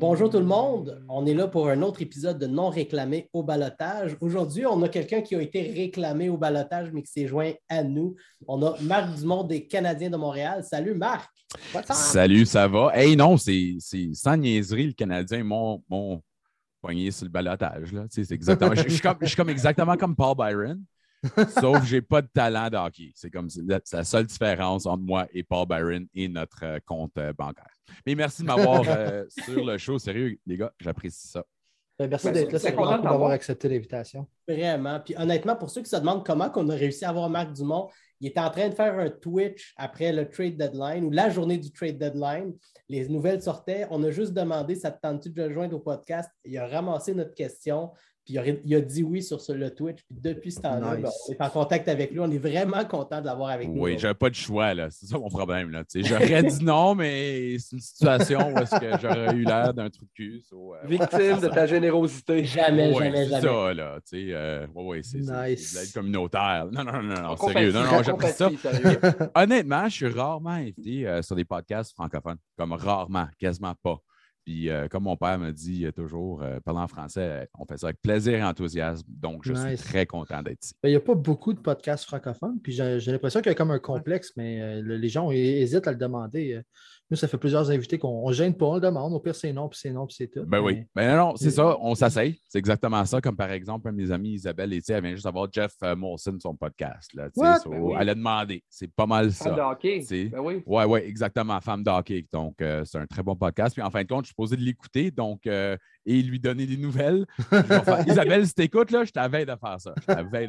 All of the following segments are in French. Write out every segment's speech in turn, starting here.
Bonjour tout le monde, on est là pour un autre épisode de Non réclamé au ballottage. Aujourd'hui, on a quelqu'un qui a été réclamé au ballottage, mais qui s'est joint à nous. On a Marc Dumont des Canadiens de Montréal. Salut Marc! Salut, ça va? Hey non, c'est sans niaiserie, le Canadien m'ont poigné sur le ballottage. Là. Tu sais, c'est exactement, je suis comme exactement comme Paul Byron, sauf que je n'ai pas de talent de hockey. C'est la seule différence entre moi et Paul Byron et notre compte bancaire. Mais merci de m'avoir sur le show. Sérieux, les gars, j'apprécie ça. Merci d'être là. C'est content d'avoir accepté l'invitation. Vraiment. Puis honnêtement, pour ceux qui se demandent comment on a réussi à avoir Marc Dumont, il était en train de faire un Twitch après le trade deadline ou la journée du trade deadline. Les nouvelles sortaient. On a juste demandé, ça te tente-tu de le joindre au podcast? Il a ramassé notre question. Puis il a dit oui sur le Twitch. Puis depuis ce temps-là, on est en contact avec lui. On est vraiment content de l'avoir avec nous. Oui, j'avais pas de choix, là. C'est ça mon problème, là. J'aurais dit non, mais c'est une situation où est-ce que j'aurais eu l'air d'un trou de cul. Victime de ta générosité. Jamais. C'est ça, là. C'est de l'aide communautaire. Non, sérieux. Non, j'apprécie ça. Honnêtement, je suis rarement invité sur des podcasts francophones. Comme rarement, quasiment pas. Puis, comme mon père me dit toujours, parlant en français, on fait ça avec plaisir et enthousiasme. Donc, je suis très content d'être ici. Il n'y a pas beaucoup de podcasts francophones. Puis, j'ai l'impression qu'il y a comme un complexe, mais les gens hésitent à le demander. Nous, ça fait plusieurs invités qu'on ne gêne pas, on le demande. Au pire, c'est non, puis c'est non, puis c'est tout. Ben oui. Ben non, c'est ça. On s'essaye. C'est exactement ça. Comme par exemple, un de mes amis, Isabelle Létier, elle vient juste avoir Jeff Molson, son podcast. Là, elle a demandé. C'est pas mal ça. Femme de hockey. Ben oui. Oui, exactement. Femme de hockey. Donc, c'est un très bon podcast. Puis en fin de compte, je suis posé de l'écouter et lui donner des nouvelles. Isabelle, si t'écoutes, là, je t'avais de faire ça.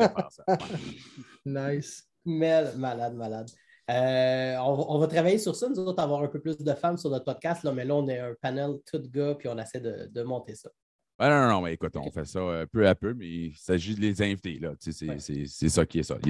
Nice. Malade. On va travailler sur ça, nous autres, avoir un peu plus de femmes sur notre podcast, là, mais là, on est un panel tout de gars, puis on essaie de monter ça. Non, mais écoute, on fait ça peu à peu, mais il s'agit de les inviter. Là. C'est ça qui est ça.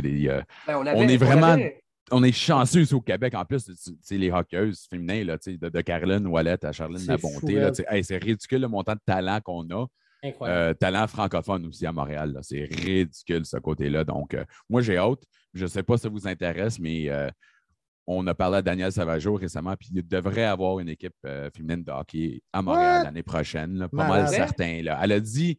On est chanceux ici au Québec. En plus, les hockeyeuses féminins, là, de Caroline Ouellette à Charline Labonté, c'est ridicule le montant de talent qu'on a. Talent francophone aussi à Montréal. Là. C'est ridicule ce côté-là. Donc, moi, j'ai hâte. Je ne sais pas si ça vous intéresse, mais on a parlé à Daniel Savageau récemment, puis il devrait avoir une équipe féminine de hockey à Montréal l'année prochaine. Là, pas mal certain. Là. Elle a dit,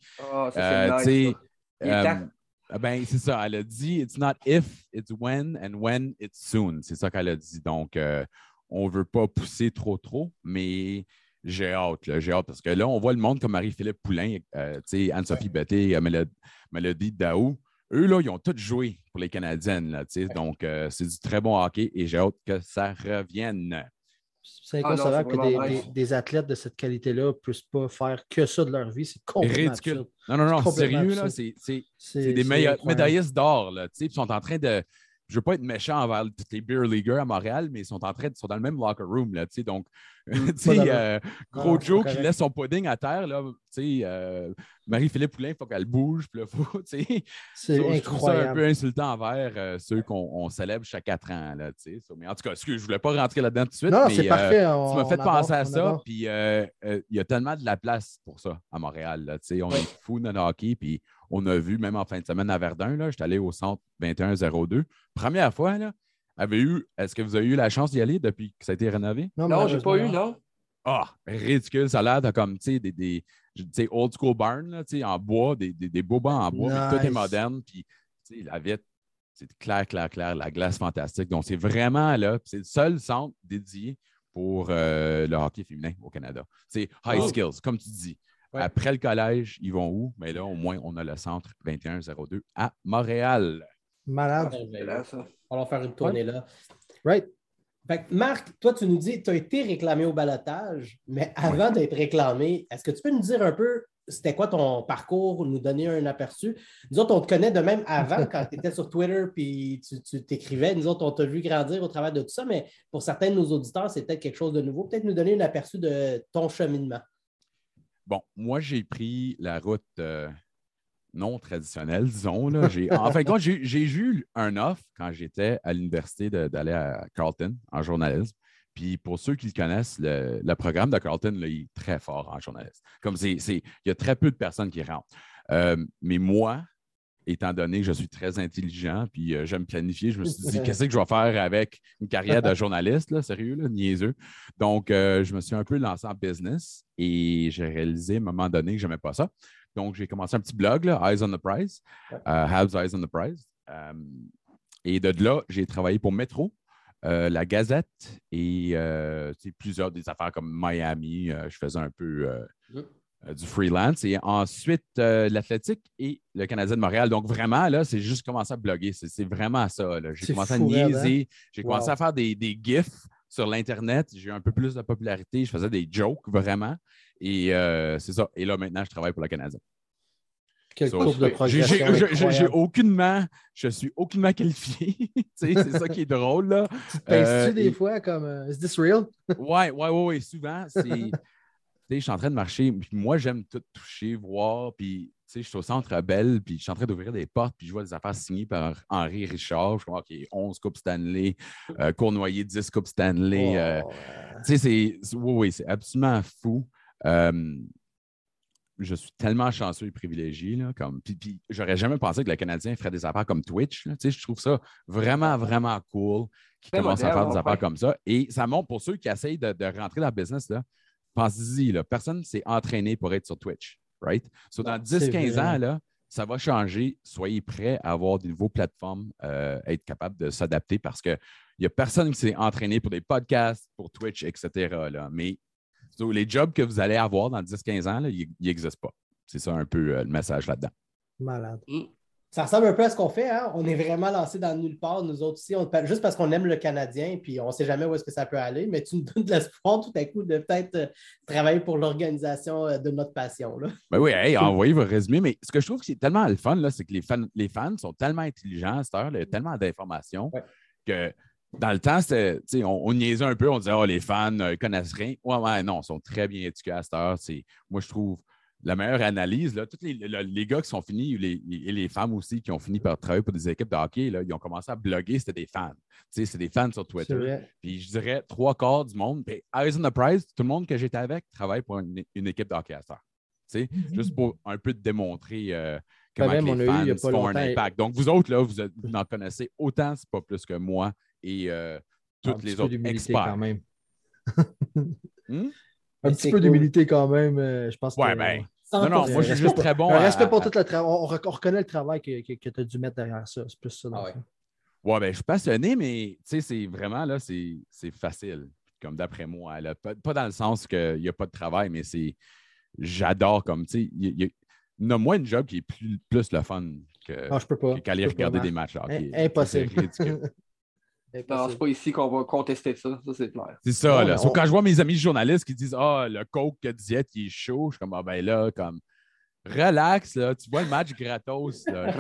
c'est ça, elle a dit « It's not if, it's when, and when, it's soon ». C'est ça qu'elle a dit. Donc, on ne veut pas pousser trop, mais j'ai hâte parce que là, on voit le monde comme Marie-Philippe Poulin, Anne-Sophie Betté, Mélodie Daou. Eux, là, ils ont tous joué pour les Canadiennes. Là, donc, c'est du très bon hockey et j'ai hâte que ça revienne. C'est inconcevable que des athlètes de cette qualité-là ne puissent pas faire que ça de leur vie. C'est complètement ridicule. Absurde. Non, sérieux, là, c'est des médaillistes d'or. Ils sont en train de... Je ne veux pas être méchant envers tous les beer leaguers à Montréal, mais ils sont dans le même locker room. Là, donc, gros Joe qui laisse son pudding à terre, là, Marie-Philippe Poulin, il faut qu'elle bouge. Puis là, c'est incroyable. Je trouve ça un peu insultant envers ceux qu'on célèbre chaque 4 ans. Là, mais en tout cas, excuse, je ne voulais pas rentrer là-dedans tout de suite. Non, mais, c'est parfait. Tu m'as fait penser à ça. Puis il y a tellement de la place pour ça à Montréal. Là, on est fous de hockey. Puis on a vu, même en fin de semaine à Verdun, je suis allé au centre 2102. Première fois, là, est-ce que vous avez eu la chance d'y aller depuis que ça a été rénové? Non, j'ai pas eu, non. Ridicule, ça a l'air de comme, des old school barn, là, en bois, des beaux bancs en bois, puis tout est moderne, puis la vitre, c'est clair, la glace fantastique. Donc, c'est vraiment là, c'est le seul centre dédié pour le hockey féminin au Canada. C'est high skills, comme tu dis. Ouais. Après le collège, ils vont où? Mais là, au moins, on a le centre 2102 à Montréal. Malade. On va faire une tournée là. Right. Fait que Marc, toi, tu nous dis tu as été réclamé au ballottage, mais avant d'être réclamé, est-ce que tu peux nous dire un peu c'était quoi ton parcours, nous donner un aperçu? Nous autres, on te connaît de même avant quand tu étais sur Twitter puis tu t'écrivais. Nous autres, on t'a vu grandir au travers de tout ça, mais pour certains de nos auditeurs, c'est peut-être quelque chose de nouveau. Peut-être nous donner un aperçu de ton cheminement. Bon, moi, j'ai pris la route non traditionnelle, disons. Là. En fin de compte, j'ai eu un offre quand j'étais à l'université d'aller à Carleton en journalisme. Puis pour ceux qui le connaissent, le programme de Carleton, là, il est très fort en journalisme. Comme il y a très peu de personnes qui rentrent. Mais moi, étant donné que je suis très intelligent, puis j'aime planifier, je me suis dit, qu'est-ce que je vais faire avec une carrière de journaliste, là, sérieux, là, niaiseux. Donc, je me suis un peu lancé en business et j'ai réalisé à un moment donné que je n'aimais pas ça. Donc, j'ai commencé un petit blog, là, Eyes on the Prize, Habs Eyes on the Prize. Et de là, j'ai travaillé pour Metro, la Gazette et plusieurs des affaires comme Miami. Je faisais un peu du freelance. Et ensuite, l'Athlétique et le Canadien de Montréal. Donc, vraiment, là, c'est juste commencé à bloguer. C'est vraiment ça. Là. J'ai commencé à niaiser. J'ai commencé à faire des GIFs sur l'Internet. J'ai eu un peu plus de popularité. Je faisais des jokes, vraiment. Et c'est ça. Et là, maintenant, je travaille pour le Canadien. Quelle courbe de progression je suis aucunement qualifié. C'est ça qui est drôle. Là. Tu te pèses-tu des fois comme « Is this real? » Oui. Souvent, je suis en train de marcher, puis moi, j'aime tout toucher, voir, puis je suis au Centre Bell, puis je suis en train d'ouvrir des portes, puis je vois des affaires signées par Henri Richard. Je crois qu'il y a 11 Coupes Stanley, Cournoyer 10 Coupes Stanley. C'est absolument fou. Je suis tellement chanceux et privilégié. Là, puis j'aurais jamais pensé que le Canadien ferait des affaires comme Twitch. Là. Je trouve ça vraiment, vraiment cool qu'ils commencent à faire des affaires comme ça. Et ça montre pour ceux qui essayent de rentrer dans le business, là, pensez-y, là, personne ne s'est entraîné pour être sur Twitch. Right? Dans 10-15 ans, là, ça va changer. Soyez prêts à avoir des nouvelles plateformes, être capable de s'adapter parce qu'il n'y a personne qui s'est entraîné pour des podcasts, pour Twitch, etc. Là. Mais les jobs que vous allez avoir dans 10-15 ans, là, ils n'existent pas. C'est ça un peu le message là-dedans. Malade. Ça ressemble un peu à ce qu'on fait. Hein? On est vraiment lancé dans nulle part, nous autres aussi. Juste parce qu'on aime le Canadien, puis on ne sait jamais où est-ce que ça peut aller, mais tu nous donnes de l'espoir tout à coup de peut-être travailler pour l'organisation de notre passion. Là. Ben oui, envoyez vos résumés. Mais ce que je trouve qui est tellement le fun, là, c'est que les fans sont tellement intelligents à cette heure, il y a tellement d'informations que dans le temps, on niaisait un peu, on disait les fans ne connaissent rien. Ouais, non, ils sont très bien éduqués à cette heure. Moi, je trouve la meilleure analyse, là, tous les gars qui sont finis, et les femmes aussi qui ont fini par travailler pour des équipes de hockey, là, ils ont commencé à bloguer, c'était des fans. C'est des fans sur Twitter. Puis je dirais 3/4 du monde. Puis Eyes on the Prize, tout le monde que j'étais avec travaille pour une équipe de hockey à cette heure. Juste pour un peu démontrer comment les fans font un impact. Donc, vous autres, là, vous en connaissez autant, c'est pas plus que moi et tous les autres experts. Quand même. Un petit peu d'humilité quand même, je pense. Non, moi, je suis juste très bon. Un respect pour tout le travail. On reconnaît le travail que tu as dû mettre derrière ça. C'est plus ça. Je suis passionné, mais c'est vraiment, là, c'est facile, comme d'après moi. Là. Pas dans le sens qu'il n'y a pas de travail, mais j'adore comme, nomme-moi une job qui est plus le fun qu'aller regarder des matchs. Impossible. C'est ridicule. Non, c'est pas ici qu'on va contester ça c'est clair. C'est ça, là. Quand je vois mes amis journalistes qui disent le Coke que Diète, il est chaud, je suis comme là, comme relax, là, tu vois le match gratos.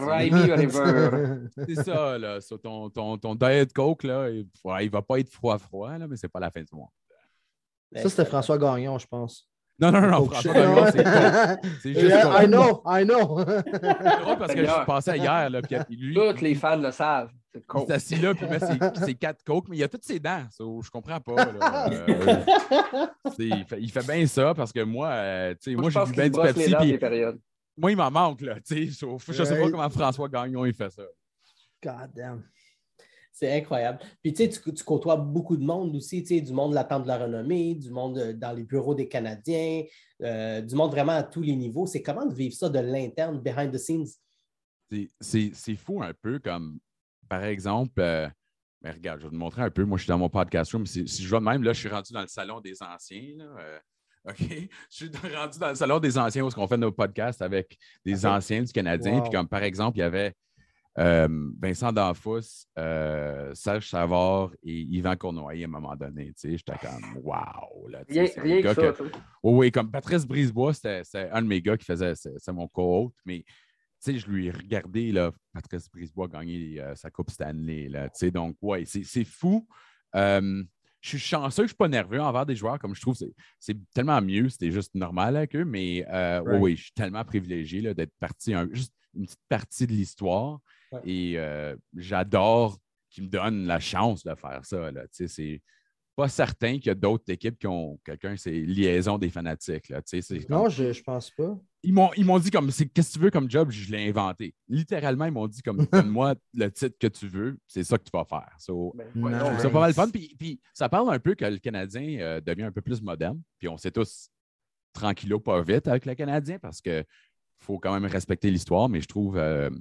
C'est ça, là. Sur ton Diet Coke, là, il va pas être froid, là, mais c'est pas la fin du monde. Ça, c'était François Gagnon, je pense. Non, François Gagnon, c'est juste I know. C'est drôle parce que je passais hier, là, puis lui... Tous les fans le savent. Il s'assit là, puis il met ses 4 cokes, mais il a toutes ses dents. Je comprends pas. Là. Il fait bien ça parce que moi, moi j'ai bu bien du Pepsi. Moi, il m'en manque. Là, je sais pas comment François Gagnon il fait ça. God damn. C'est incroyable. Puis, tu côtoies beaucoup de monde aussi, du monde de la Tente de la Renommée, du monde dans les bureaux des Canadiens, du monde vraiment à tous les niveaux. C'est comment de vivre ça de l'interne, behind the scenes? C'est fou un peu comme, par exemple, mais regarde, je vais te montrer un peu. Moi, je suis dans mon podcast room. Si je vois de même, là, je suis rendu dans le salon des anciens. Là, OK? Je suis rendu dans le salon des anciens où on fait nos podcasts avec des anciens du Canadien. Puis comme, par exemple, il y avait Vincent D'Anfous, Serge Savard et Yvan Cournoyer à un moment donné. J'étais comme wow! Là, rien que ça. Oui, comme Patrice Brisebois, c'est un de mes gars qui faisait, c'est mon co-hôte, mais je lui ai regardé là, Patrice Brisebois gagner sa Coupe Stanley. Là, donc, ouais, c'est fou. Je suis chanceux que je ne suis pas nerveux envers des joueurs, comme je trouve c'est tellement mieux, c'était juste normal avec eux, mais oui, je suis tellement privilégié là, d'être parti, juste une petite partie de l'histoire. Ouais. Et j'adore qu'ils me donnent la chance de faire ça. Là. pas certain qu'il y a d'autres équipes qui ont quelqu'un, c'est liaison des fanatiques. Là, non, je pense pas. Ils m'ont dit comme, qu'est-ce que tu veux comme job? Je l'ai inventé. Littéralement, ils m'ont dit comme, donne-moi le titre que tu veux, c'est ça que tu vas faire. C'est pas mal fun. Puis ça parle un peu que le Canadien devient un peu plus moderne. Puis on sait tous tranquillo, pas vite avec le Canadien parce qu'il faut quand même respecter l'histoire, mais je trouve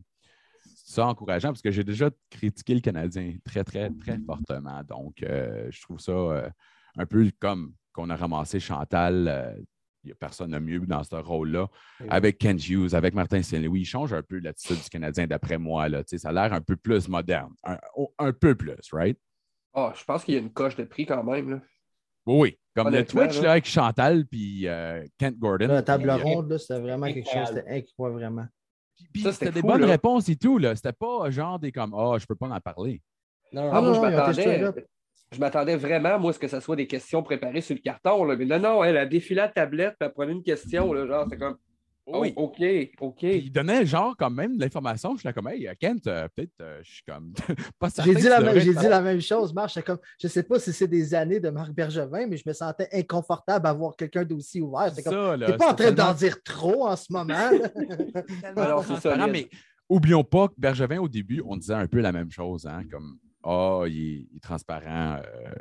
ça encourageant parce que j'ai déjà critiqué le Canadien très, très, très fortement. Donc, je trouve ça un peu comme qu'on a ramassé Chantal. Il n'y a personne de mieux dans ce rôle-là. Avec Kent Hughes, avec Martin Saint-Louis, il change un peu l'attitude du Canadien d'après moi. Là. Ça a l'air un peu plus moderne. Un peu plus, right? Ah, je pense qu'il y a une coche de prix quand même. Là. Oui, comme le Honnêtement, Twitch là, avec Chantal puis Kent Gordon. La table ronde, là, c'était vraiment quelque chose, c'était incroyable, vraiment. Puis c'était des bonnes réponses et tout. Là. C'était pas genre des comme « Ah, je peux pas en parler ». Moi, je m'attendais vraiment, moi, à ce que ce soit des questions préparées sur le carton. Là. Mais non, elle a défilé la tablette et elle prenait une question. Là, genre, c'est comme oui. OK. Puis il donnait genre quand même de l'information. Je suis là comme hey, Kent, peut-être je suis comme pas certain. J'ai dit la même chose, Marc. Je sais pas si c'est des années de Marc Bergevin, mais je me sentais inconfortable à voir quelqu'un d'aussi ouvert. C'est comme t'es pas en train d'en dire trop en ce moment. Alors, c'est ça. Mais oublions pas que Bergevin, au début, on disait un peu la même chose, hein, comme il est transparent,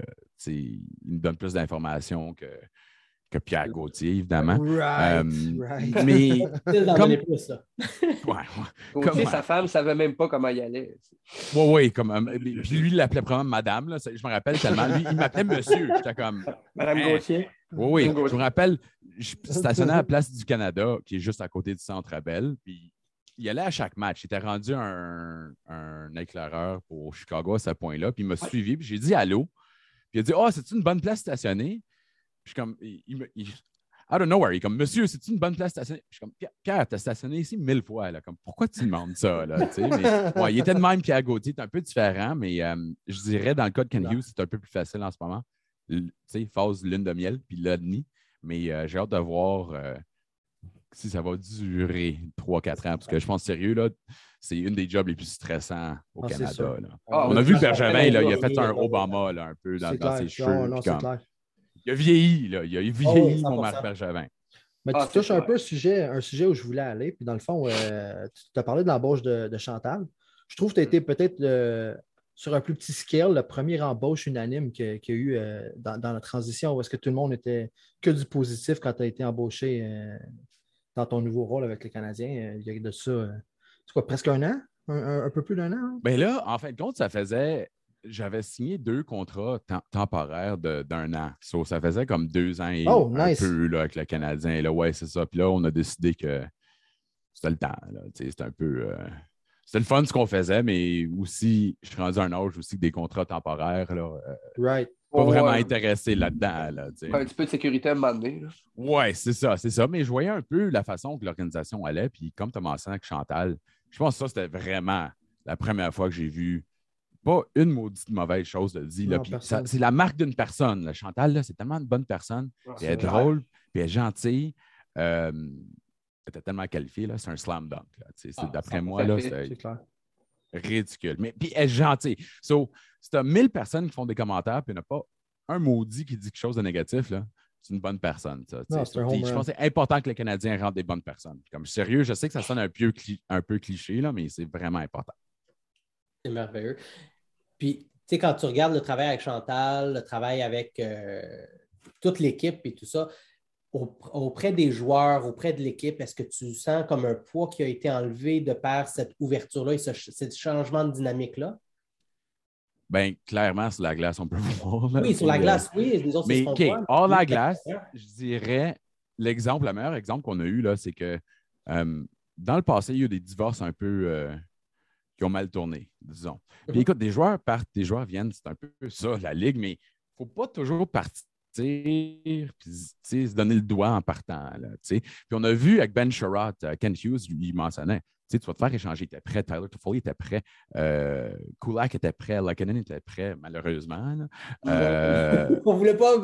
il nous donne plus d'informations que Pierre Gauthier, évidemment. Right. Mais comme... Gauthier, sa femme ne savait même pas comment il allait. Oui. Puis lui, il l'appelait probablement Madame. Là, je me rappelle tellement. Lui, il m'appelait Monsieur. J'étais comme... Madame Gauthier. Oui. Je me rappelle, je stationnais à la Place du Canada, qui est juste à côté du Centre Bell. Puis il allait à chaque match. Il était rendu un éclaireur pour Chicago à ce point-là. Puis il m'a suivi. Puis j'ai dit allô. Puis il a dit c'est-tu une bonne place stationnée? Puis je suis comme, out of nowhere, il est comme, monsieur, c'est une bonne place stationnée? Je suis comme, Pierre, t'as stationné ici 1000 fois. Là. Comme, pourquoi tu demandes ça? Là, mais, il était de même, Pierre Gauthier, c'est un peu différent, mais je dirais, dans le cas de Ken Hughes, c'est un peu plus facile en ce moment. Phase lune de miel, puis là, demi. Mais j'ai hâte de voir si ça va durer 3-4 ans, parce que je pense sérieux, là, c'est une des jobs les plus stressants au Canada. Là. On a vu Bergevin, là, il a fait un Obama là, un peu dans ses cheveux. Non, c'est clair. Il a vieilli, là. Il a vieilli, mon Marc Bergevin. Mais tu touches un peu un sujet où je voulais aller. Puis dans le fond, tu as parlé de l'embauche de Chantal. Je trouve que tu as été peut-être sur un plus petit scale, le premier embauche unanime qu'il y a eu dans la transition où est-ce que tout le monde était que du positif quand tu as été embauché dans ton nouveau rôle avec les Canadiens. Il y a de ça, c'est quoi, presque un an? Un peu plus d'un an? Hein? Bien là, en fin de compte, ça faisait... J'avais signé 2 contrats temporaires d'un an. Ça faisait comme 2 ans et un peu là, avec le Canadien. Là, ouais, c'est ça. Puis là, on a décidé que c'était le temps. C'était un peu... C'était le fun ce qu'on faisait, mais aussi, je suis rendu à un âge aussi que des contrats temporaires. Là, pas vraiment intéressé là-dedans. Là, un petit peu de sécurité à un moment donné. Oui, c'est ça. Mais je voyais un peu la façon que l'organisation allait. Puis comme tu as mentionné avec Chantal, je pense que ça, c'était vraiment la première fois que j'ai vu pas une maudite mauvaise chose de dire. C'est la marque d'une personne. Là. Chantal, là, c'est tellement une bonne personne. Elle est drôle, puis elle est gentille. Elle était tellement qualifiée. Là, c'est un slam dunk. D'après moi, là, c'est ridicule. Mais puis elle est gentille. Si tu as 1000 personnes qui font des commentaires, puis il n'y en a pas un maudit qui dit quelque chose de négatif, là, c'est une bonne personne. Ça, je pense que c'est important que les Canadiens rendent des bonnes personnes. Comme sérieux, je sais que ça sonne un peu cliché, là, mais c'est vraiment important. C'est merveilleux. Puis, tu sais, quand tu regardes le travail avec Chantal, le travail avec toute l'équipe et tout ça, auprès des joueurs, auprès de l'équipe, est-ce que tu sens comme un poids qui a été enlevé de par cette ouverture-là et ce changement de dynamique-là? Bien, clairement, sur la glace, on peut voir. Là, oui, sur la glace, oui. Les autres, mais OK, hors la glace, je dirais, le meilleur exemple qu'on a eu, là, c'est que dans le passé, il y a eu des divorces un peu... qui ont mal tourné, disons. Puis écoute, des joueurs partent, des joueurs viennent, c'est un peu ça, la Ligue, mais il ne faut pas toujours partir puis se donner le doigt en partant. Là, puis on a vu avec Ben Sherratt, Kent Hughes, lui, il mentionnait, tu vas te faire échanger, il était prêt, Tyler Toffoli était prêt, Kulak était prêt, Lehkonen était prêt, malheureusement. On ne voulait pas...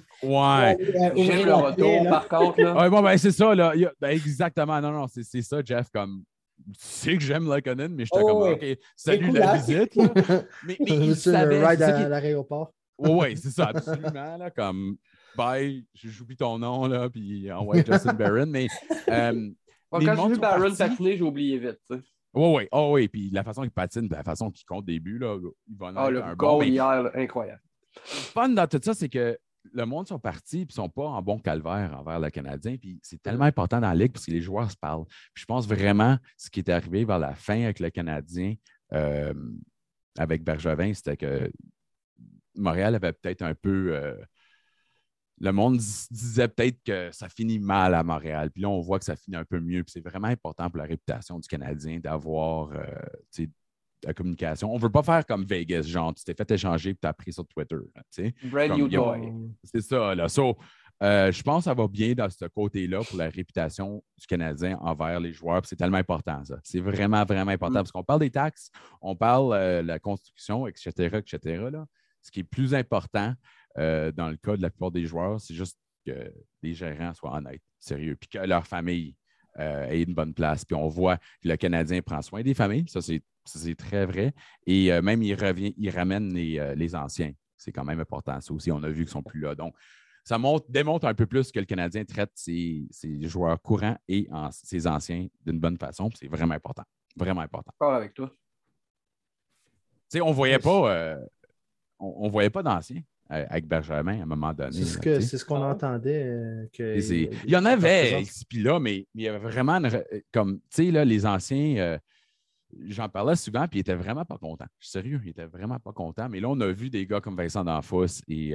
J'aime le retour, par contre. Là. Ouais, bon, ben, c'est ça, là. Exactement, non, c'est ça, Jeff, comme... Tu sais que j'aime Lehkonen, mais j'étais comme, OK, salut la visite. Là. Mais il savait... ride à l'aéroport. Oui, c'est ça, absolument. Là, comme, bye, j'oublie ton nom, là, puis envoie Justin Barron. Mais, quand j'ai vu Barron patiner, j'ai oublié vite. Oui, oh, oui. Puis la façon qu'il patine, la façon qu'il compte des buts, là, il va en être un bon. Le hier, là, incroyable. Le fun dans tout ça, c'est que le monde sont partis et ne sont pas en bon calvaire envers le Canadien. Puis c'est tellement important dans la Ligue parce que les joueurs se parlent. Puis je pense vraiment ce qui est arrivé vers la fin avec le Canadien, avec Bergevin, c'était que Montréal avait peut-être un peu. Le monde disait peut-être que ça finit mal à Montréal. Puis là, on voit que ça finit un peu mieux. Puis c'est vraiment important pour la réputation du Canadien d'avoir la communication. On ne veut pas faire comme Vegas, genre, tu t'es fait échanger et tu as appris sur Twitter. Brand new toy. C'est ça, là. So, je pense que ça va bien dans ce côté-là pour la réputation du Canadien envers les joueurs. Puis c'est tellement important, ça. C'est vraiment, vraiment important. Parce qu'on parle des taxes, on parle de la construction, etc., là. Ce qui est plus important dans le cas de la plupart des joueurs, c'est juste que les gérants soient honnêtes, sérieux, puis que leur famille ait une bonne place. Puis on voit que le Canadien prend soin des familles, ça c'est très vrai. Et même il ramène les anciens. C'est quand même important, ça aussi. On a vu qu'ils ne sont plus là. Donc, ça démontre un peu plus que le Canadien traite ses joueurs courants et ses anciens d'une bonne façon. C'est vraiment important. Vraiment important. Je parle avec toi. Tu sais, on ne voyait pas. On voyait pas d'anciens avec Bergevin à un moment donné. C'est ce qu'on entendait. Il y en avait ici puis là, mais il y avait vraiment comme, tu sais, les anciens, j'en parlais souvent, puis ils étaient vraiment pas contents. Je suis sérieux, ils étaient vraiment pas contents. Mais là, on a vu des gars comme Vincent D'Anfos et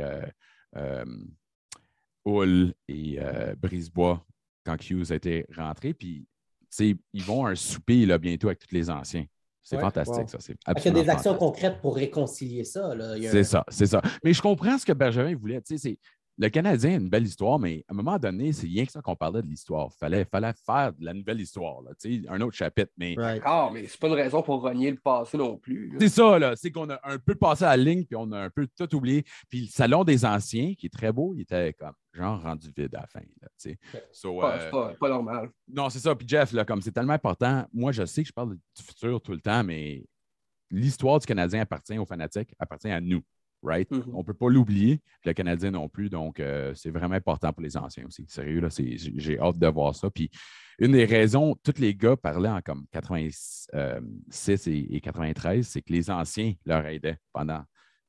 Hull et Brisebois quand Hughes a été rentré. Puis, tu sais, ils vont à un souper là, bientôt avec tous les anciens. C'est fantastique, ça. C'est il y a des actions concrètes pour réconcilier ça. C'est ça. Mais je comprends ce que Bergevin voulait. Le Canadien a une belle histoire, mais à un moment donné, c'est rien que ça qu'on parlait de l'histoire. Il fallait faire de la nouvelle histoire. Là, un autre chapitre. Mais mais c'est pas une raison pour renier le passé non plus. C'est ça, là. C'est qu'on a un peu passé à la ligne, puis on a un peu tout oublié. Puis le salon des anciens, qui est très beau, il était comme genre rendu vide à la fin. Là, c'est pas normal. Non, c'est ça. Puis Jeff, là, comme c'est tellement important, moi, je sais que je parle du futur tout le temps, mais l'histoire du Canadien appartient aux fanatiques, appartient à nous. Right? On ne peut pas l'oublier, le Canadien non plus. Donc, c'est vraiment important pour les anciens aussi. Sérieux, là, j'ai hâte de voir ça. Puis, une des raisons, tous les gars parlaient en comme 86 et 93, c'est que les anciens leur aidaient pendant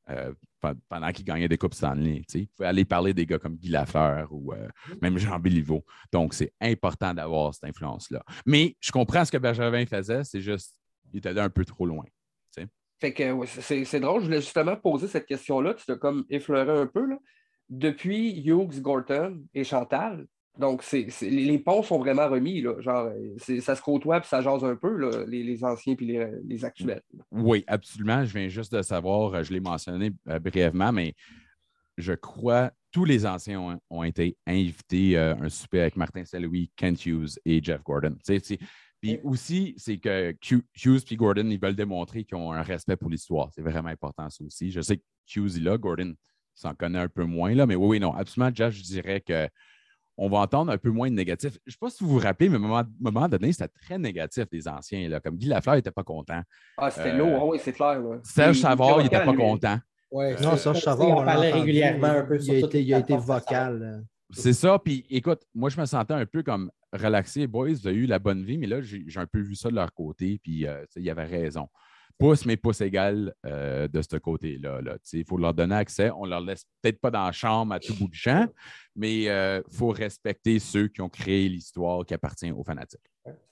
qu'ils gagnaient des Coupes Stanley. Il faut aller parler des gars comme Guy Lafleur ou même Jean Béliveau. Donc, c'est important d'avoir cette influence-là. Mais je comprends ce que Bergevin faisait, c'est juste qu'il était allé un peu trop loin. Fait que c'est drôle, je voulais justement poser cette question-là, tu t'as comme effleuré un peu. Là. Depuis Hughes, Gorton et Chantal, donc les ponts sont vraiment remis. Là. Genre, ça se côtoie et ça jase un peu, là, les anciens et les actuels. Oui, absolument. Je viens juste de savoir, je l'ai mentionné brièvement, mais je crois que tous les anciens ont été invités à un souper avec Martin Saint-Louis, Kent Hughes et Jeff Gordon. Puis aussi, c'est que Hughes et Gordon, ils veulent démontrer qu'ils ont un respect pour l'histoire. C'est vraiment important, ça aussi. Je sais que Hughes est là, Gordon s'en connaît un peu moins, là, mais oui, non, absolument, Jeff, je dirais qu'on va entendre un peu moins de négatif. Je ne sais pas si vous vous rappelez, mais à un moment donné, c'était très négatif, les anciens. Là. Comme Guy Lafleur n'était pas content. C'était lourd, oui, c'est clair. Là. Serge Savard, il n'était pas content. Ouais, non, Serge Savard, on parlait régulièrement un peu sur il a été vocal. C'est ça. Puis écoute, moi, je me sentais un peu comme relaxé. Boys, vous avez eu la bonne vie, mais là, j'ai un peu vu ça de leur côté. Puis il y avait raison. Pouce, mais pouce égal de ce côté-là. Il faut leur donner accès. On ne leur laisse peut-être pas dans la chambre à tout bout de champ, mais il faut respecter ceux qui ont créé l'histoire qui appartient aux fanatiques.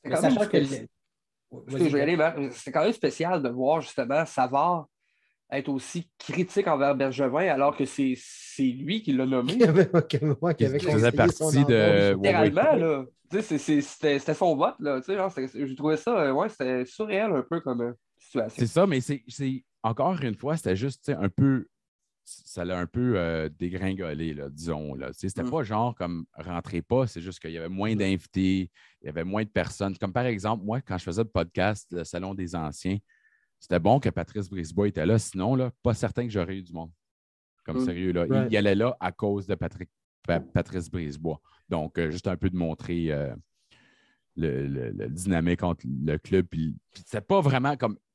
C'est quand même spécial de voir justement Savard être aussi critique envers Bergevin alors que c'est lui qui l'a nommé. Qui faisait partie de... Littéralement, là. C'était son vote, là. J'ai trouvé ça, c'était surréel un peu comme situation. C'est ça, mais c'est encore une fois, c'était juste un peu... Ça l'a un peu dégringolé, là, disons. Là. C'était pas genre comme rentrez pas, c'est juste qu'il y avait moins d'invités, il y avait moins de personnes. Comme par exemple, moi, quand je faisais le podcast, le Salon des Anciens, c'était bon que Patrice Brisebois était là. Sinon, là, pas certain que j'aurais eu du monde. Comme sérieux, là. Il allait là à cause de Patrice Brisebois. Donc, juste un peu de montrer le dynamique entre le club. Puis c'était pas vraiment comme...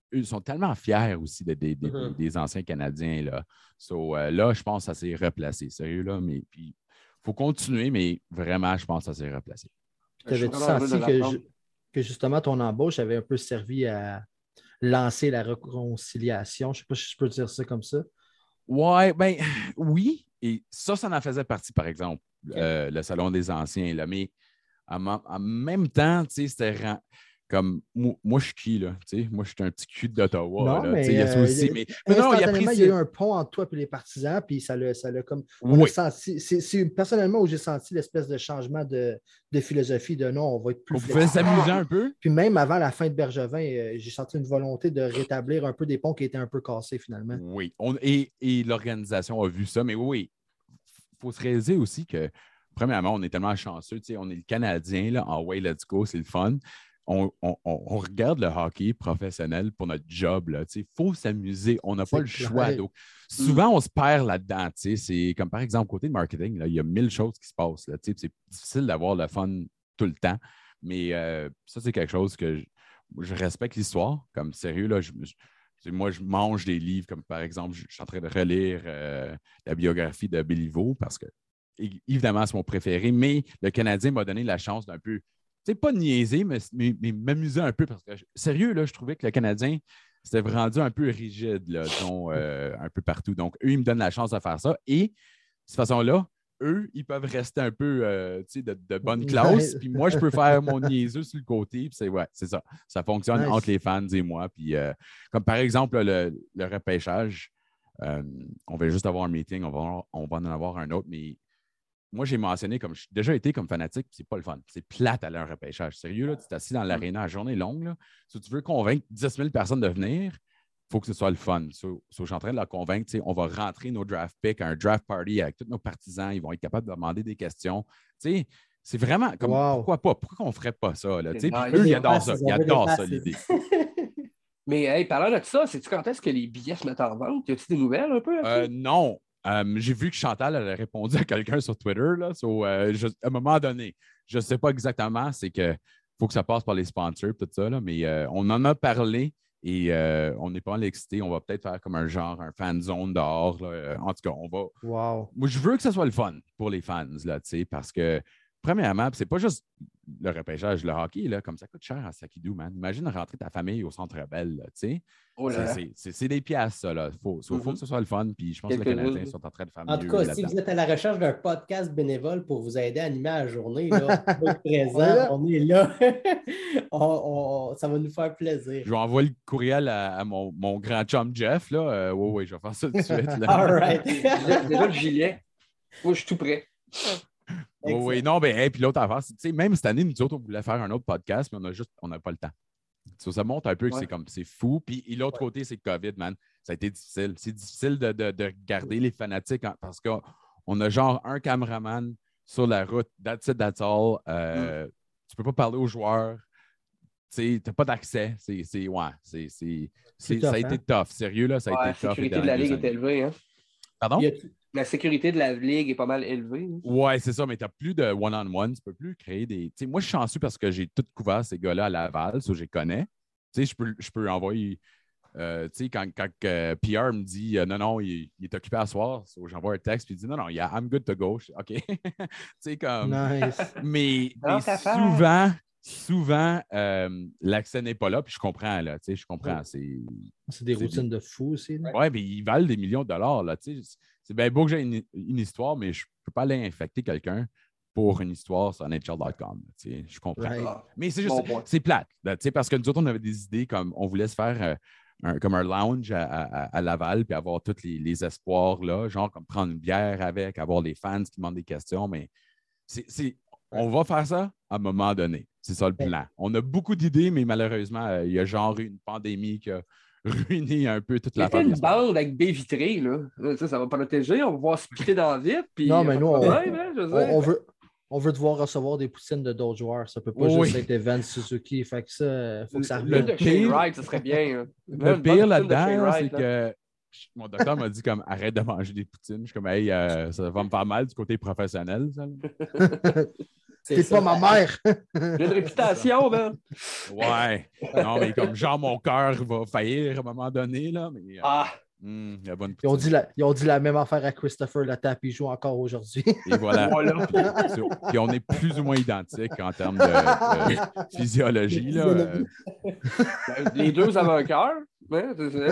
ils sont tellement fiers aussi des anciens Canadiens. Là, là je pense que ça s'est replacé. Sérieux, là. Mais puis, il faut continuer, mais vraiment, je pense que ça s'est replacé. Puis, t'avais-tu senti que justement ton embauche avait un peu servi à lancer la réconciliation? Je ne sais pas si je peux dire ça comme ça. Ouais, ben oui. Et ça en faisait partie, par exemple, le Salon des Anciens. Là. Mais en même temps, tu sais, c'était comme moi, je suis qui, là? Moi, je suis un petit cul d'Ottawa. Non, là, mais il y a ça aussi. Mais non, il y a eu un pont entre toi et les partisans, puis ça l'a comme. On a senti. C'est personnellement où j'ai senti l'espèce de changement de philosophie de non, on va être plus. On pouvait s'amuser un peu. Puis même avant la fin de Bergevin, j'ai senti une volonté de rétablir un peu des ponts qui étaient un peu cassés finalement. Oui. Et l'organisation a vu ça, mais oui, il faut se réaliser aussi que, premièrement, on est tellement chanceux. On est le Canadien, là, en way, let's go, c'est le fun. On regarde le hockey professionnel pour notre job. Il faut s'amuser. On n'a pas le choix. Donc, souvent, on se perd là-dedans. C'est comme par exemple, côté de marketing, il y a 1000 choses qui se passent. C'est difficile d'avoir le fun tout le temps. Mais ça, c'est quelque chose que je respecte l'histoire. Comme sérieux, là, moi, je mange des livres, comme par exemple, je suis en train de relire la biographie de Béliveau parce que, évidemment, c'est mon préféré, mais le Canadien m'a donné la chance d'un peu. C'est pas niaiser, mais m'amuser un peu parce que, sérieux, là, je trouvais que le Canadien s'était rendu un peu rigide, là, disons, un peu partout. Donc, eux, ils me donnent la chance de faire ça. Et de cette façon-là, eux, ils peuvent rester un peu de bonne classe. Puis moi, je peux faire mon niaiseux sur le côté. Puis c'est ça. Ça fonctionne entre les fans et moi. Puis comme par exemple, le repêchage, on va juste avoir un meeting, on va en avoir un autre, mais moi, j'ai mentionné, comme j'ai déjà été comme fanatique, c'est pas le fun. C'est plate aller à un repêchage. Sérieux, là, tu t'assis dans l'aréna à journée longue. Là. Si tu veux convaincre 10 000 personnes de venir, il faut que ce soit le fun. Je suis en train de la convaincre. On va rentrer nos draft picks à un draft party avec tous nos partisans. Ils vont être capables de demander des questions. C'est vraiment comme pourquoi pas? Pourquoi on ne ferait pas ça? Là, puis eux, ils adorent ça. Ils adorent ça, l'idée. Mais hey, parlant de ça, sais-tu quand est-ce que les billets se mettent en vente? Y a-t-il des nouvelles un peu? Non. J'ai vu que Chantal elle a répondu à quelqu'un sur Twitter. Là, à un moment donné, je ne sais pas exactement, c'est qu'il faut que ça passe par les sponsors, tout ça, là, mais on en a parlé et on est pas mal excités. On va peut-être faire comme un fan zone dehors. Là. En tout cas, on va. Wow. Moi, je veux que ça soit le fun pour les fans, là, parce que, premièrement, c'est pas juste le repêchage, le hockey, là, comme ça coûte cher à Sakidou, man. Imagine rentrer ta famille au Centre Bell, tu sais. Oh c'est des piastres, ça. Là. Faut que ce soit le fun. Puis je pense que les Canadiens sont en train de faire mieux. En tout cas, si vous êtes à la recherche d'un podcast bénévole pour vous aider à animer la journée, là, présent, on est là. Ça va nous faire plaisir. Je vais envoyer le courriel à mon grand chum Jeff. Là. Oui, je vais faire ça tout de suite. Là. All right. Déjà le gilet. Moi, je suis tout prêt. Oui, non, ben, puis l'autre affaire, c'est même cette année, nous autres, on voulait faire un autre podcast, mais on n'a pas le temps. Ça montre un peu que c'est fou. Puis l'autre côté, c'est COVID, man. Ça a été difficile. C'est difficile de garder les fanatiques parce qu'on a genre un caméraman sur la route. That's it, that's all. Tu peux pas parler aux joueurs. Tu n'as pas d'accès. Ça a été tough. Sérieux, là, ça a été tough. La sécurité de la Ligue est élevée. Hein? Pardon? La sécurité de la Ligue est pas mal élevée. Hein? Oui, c'est ça, mais tu n'as plus de one-on-one. Tu ne peux plus créer des. T'sais, moi, je suis chanceux parce que j'ai tout couvert ces gars-là à Laval, ça, je les connais. Je peux envoyer. Quand Pierre me dit non, il est occupé à soir, j'envoie un texte et il dit non, I'm good to go. OK. Comme. Nice. Mais souvent, l'accès n'est pas là, puis je comprends, là. Je comprends. C'est des routines de fou aussi. Oui, mais ils valent des millions de dollars, là. C'est bien beau que j'ai une histoire, mais je ne peux pas aller infecter quelqu'un pour une histoire sur NHL.com. Je comprends. Right. Mais c'est juste, c'est plate. Parce que nous autres, on avait des idées comme on voulait se faire comme un lounge à Laval puis avoir tous les espoirs, là, genre comme prendre une bière avec, avoir les fans qui demandent des questions. Mais on va faire ça à un moment donné. C'est ça le plan. On a beaucoup d'idées, mais malheureusement, il y a genre eu une pandémie qui a ruiné un peu toute la famille. Il y a une bande avec baie vitrée, là. Ça va protéger. On va pouvoir se piquer dans la vitre. Puis non, mais nous, on veut devoir recevoir des poutines de d'autres joueurs. Ça peut pas juste être Evan Suzuki. Fait que ça, faut que ça revienne. Le Shane Wright, ça serait bien. Hein. Le pire là-dedans, c'est que mon docteur m'a dit comme arrête de manger des poutines. Je suis comme hey, ça va me faire mal du côté professionnel. Ça, T'es pas ma mère. J'ai une réputation, man. Ouais. Non, mais comme genre, mon cœur va faillir à un moment donné, là. Mais, la bonne Ils ont dit la même affaire à Christopher Latta, puis il joue encore aujourd'hui. Et voilà. Puis on est plus ou moins identiques en termes de physiologie. Là. Les deux avaient un cœur. Ouais,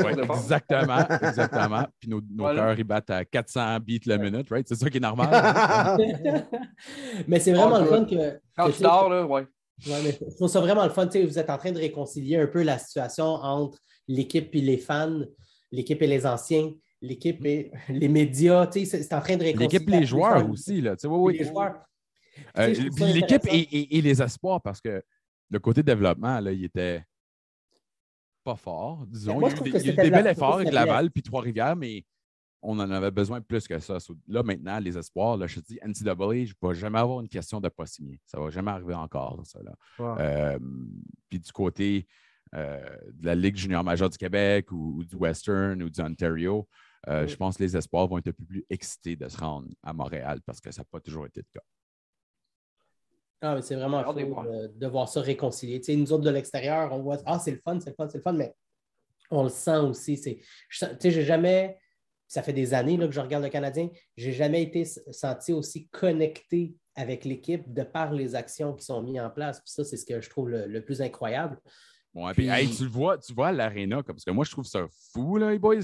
exactement. Puis nos cœurs, ils battent à 400 beats la minute, right? C'est ça qui est normal. Hein? Mais c'est vraiment le fun que... Quand tu dors, là, ouais. Ouais, mais je trouve ça vraiment le fun. Vous êtes en train de réconcilier un peu la situation entre l'équipe et les fans, l'équipe et les anciens, l'équipe et les médias. C'est en train de réconcilier. L'équipe et les joueurs aussi. Là, oui. Les joueurs. L'équipe et les espoirs, parce que le côté développement, là, il était pas fort, disons. Moi, il y a eu des bels efforts avec Laval puis Trois-Rivières, mais on en avait besoin plus que ça. Là, maintenant, les espoirs, là, je te dis, NCAA, je ne vais jamais avoir une question de ne pas signer. Ça ne va jamais arriver encore, ça. Là. Wow. Puis du côté de la Ligue junior majeure du Québec ou du Western ou du Ontario, je pense que les espoirs vont être un peu plus excités de se rendre à Montréal parce que ça n'a pas toujours été le cas. Ah, mais c'est vraiment fou de voir ça réconcilier. Nous autres, de l'extérieur, on voit « Ah, c'est le fun, mais on le sent aussi. J'ai jamais... Ça fait des années là, que je regarde le Canadien. Je n'ai jamais été senti aussi connecté avec l'équipe de par les actions qui sont mises en place. Puis ça, c'est ce que je trouve le plus incroyable. Bon, puis tu vois à l'aréna, parce que moi, je trouve ça fou, là, les boys,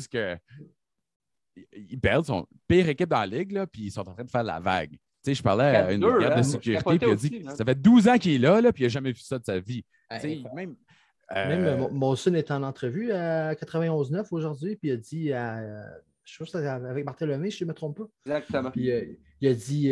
qu'ils perdent son pire équipe dans la ligue, là, puis ils sont en train de faire la vague. Tu sais, je parlais à une garde de sécurité, puis il a dit que ça fait 12 ans qu'il est là, puis il n'a jamais vu ça de sa vie. Même Molson est en entrevue à 91.9 aujourd'hui, puis il a dit je pense que c'était avec Martin Lemay, si je ne me trompe pas. Exactement. Puis il a dit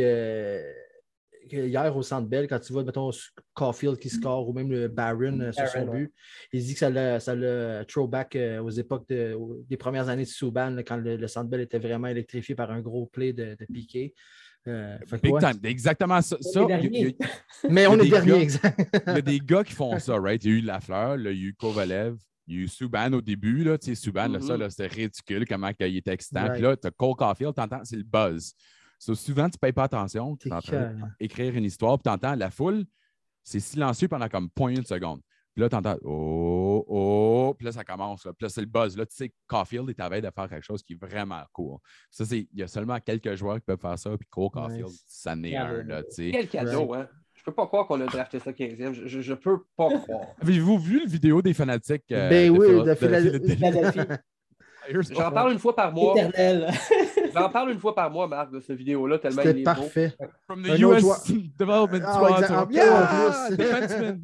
hier au Centre Bell, quand tu vois, mettons, Caulfield qui score ou même le Barron sur son but, il dit que ça l'a throwback aux époques des premières années de Subban, là, quand le Centre Bell était vraiment électrifié par un gros play de Piqué. Big time, exactement ça. Mais on est dernier, exact. Il y a des gars qui font ça, right? Il y a eu Lafleur, il y a eu Kovalev, il y a eu Subban au début. Là, Subban, là, ça, c'était ridicule comment il était excitant. Right. Puis là, tu as Cole Caulfield, tu entends, c'est le buzz. Souvent, tu ne payes pas attention, tu es en train d'écrire une histoire, puis tu entends la foule, c'est silencieux pendant comme 0.1 seconde. Puis là, tu entends oh, puis là, ça commence. Là. Puis là, c'est le buzz. Là, tu sais, Caulfield est à veille de faire quelque chose qui est vraiment cool. Ça, il y a seulement quelques joueurs qui peuvent faire ça, puis Cole Caulfield, ça n'est un. Là, quel cadeau, hein? Je peux pas croire qu'on a drafté ça 15e. Je peux pas croire. Avez-vous vu le vidéo des fanatiques? De Philadelphie. J'en parle une fois par mois. Éternel. J'en parle une fois par mois, Marc, de cette vidéo-là, tellement il est parfait. Beau. From the US Development Squad. Defenseman.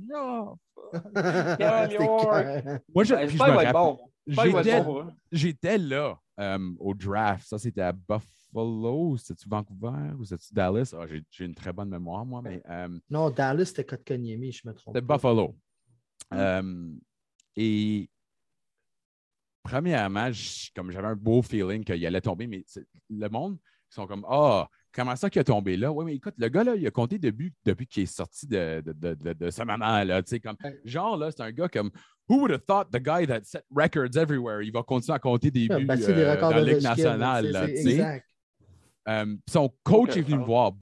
Moi, j'étais là au draft. Ça, c'était à Buffalo. C'était-tu Vancouver ou c'était-tu Dallas? Oh, j'ai une très bonne mémoire, moi. Mais, non, Dallas, c'était Kotkaniemi, je me trompe. C'était Buffalo. Et premièrement, comme j'avais un beau feeling qu'il allait tomber, mais le monde, ils sont comme « Ah, comment ça qu'il a tombé là? » Oui, mais écoute, le gars, là, il a compté depuis qu'il est sorti de sa maman, là, tu sais, comme, genre, là, c'est un gars comme « Who would have thought the guy that set records everywhere? » Il va continuer à compter des buts dans la Ligue nationale, là, tu sais. Son coach est venu me voir,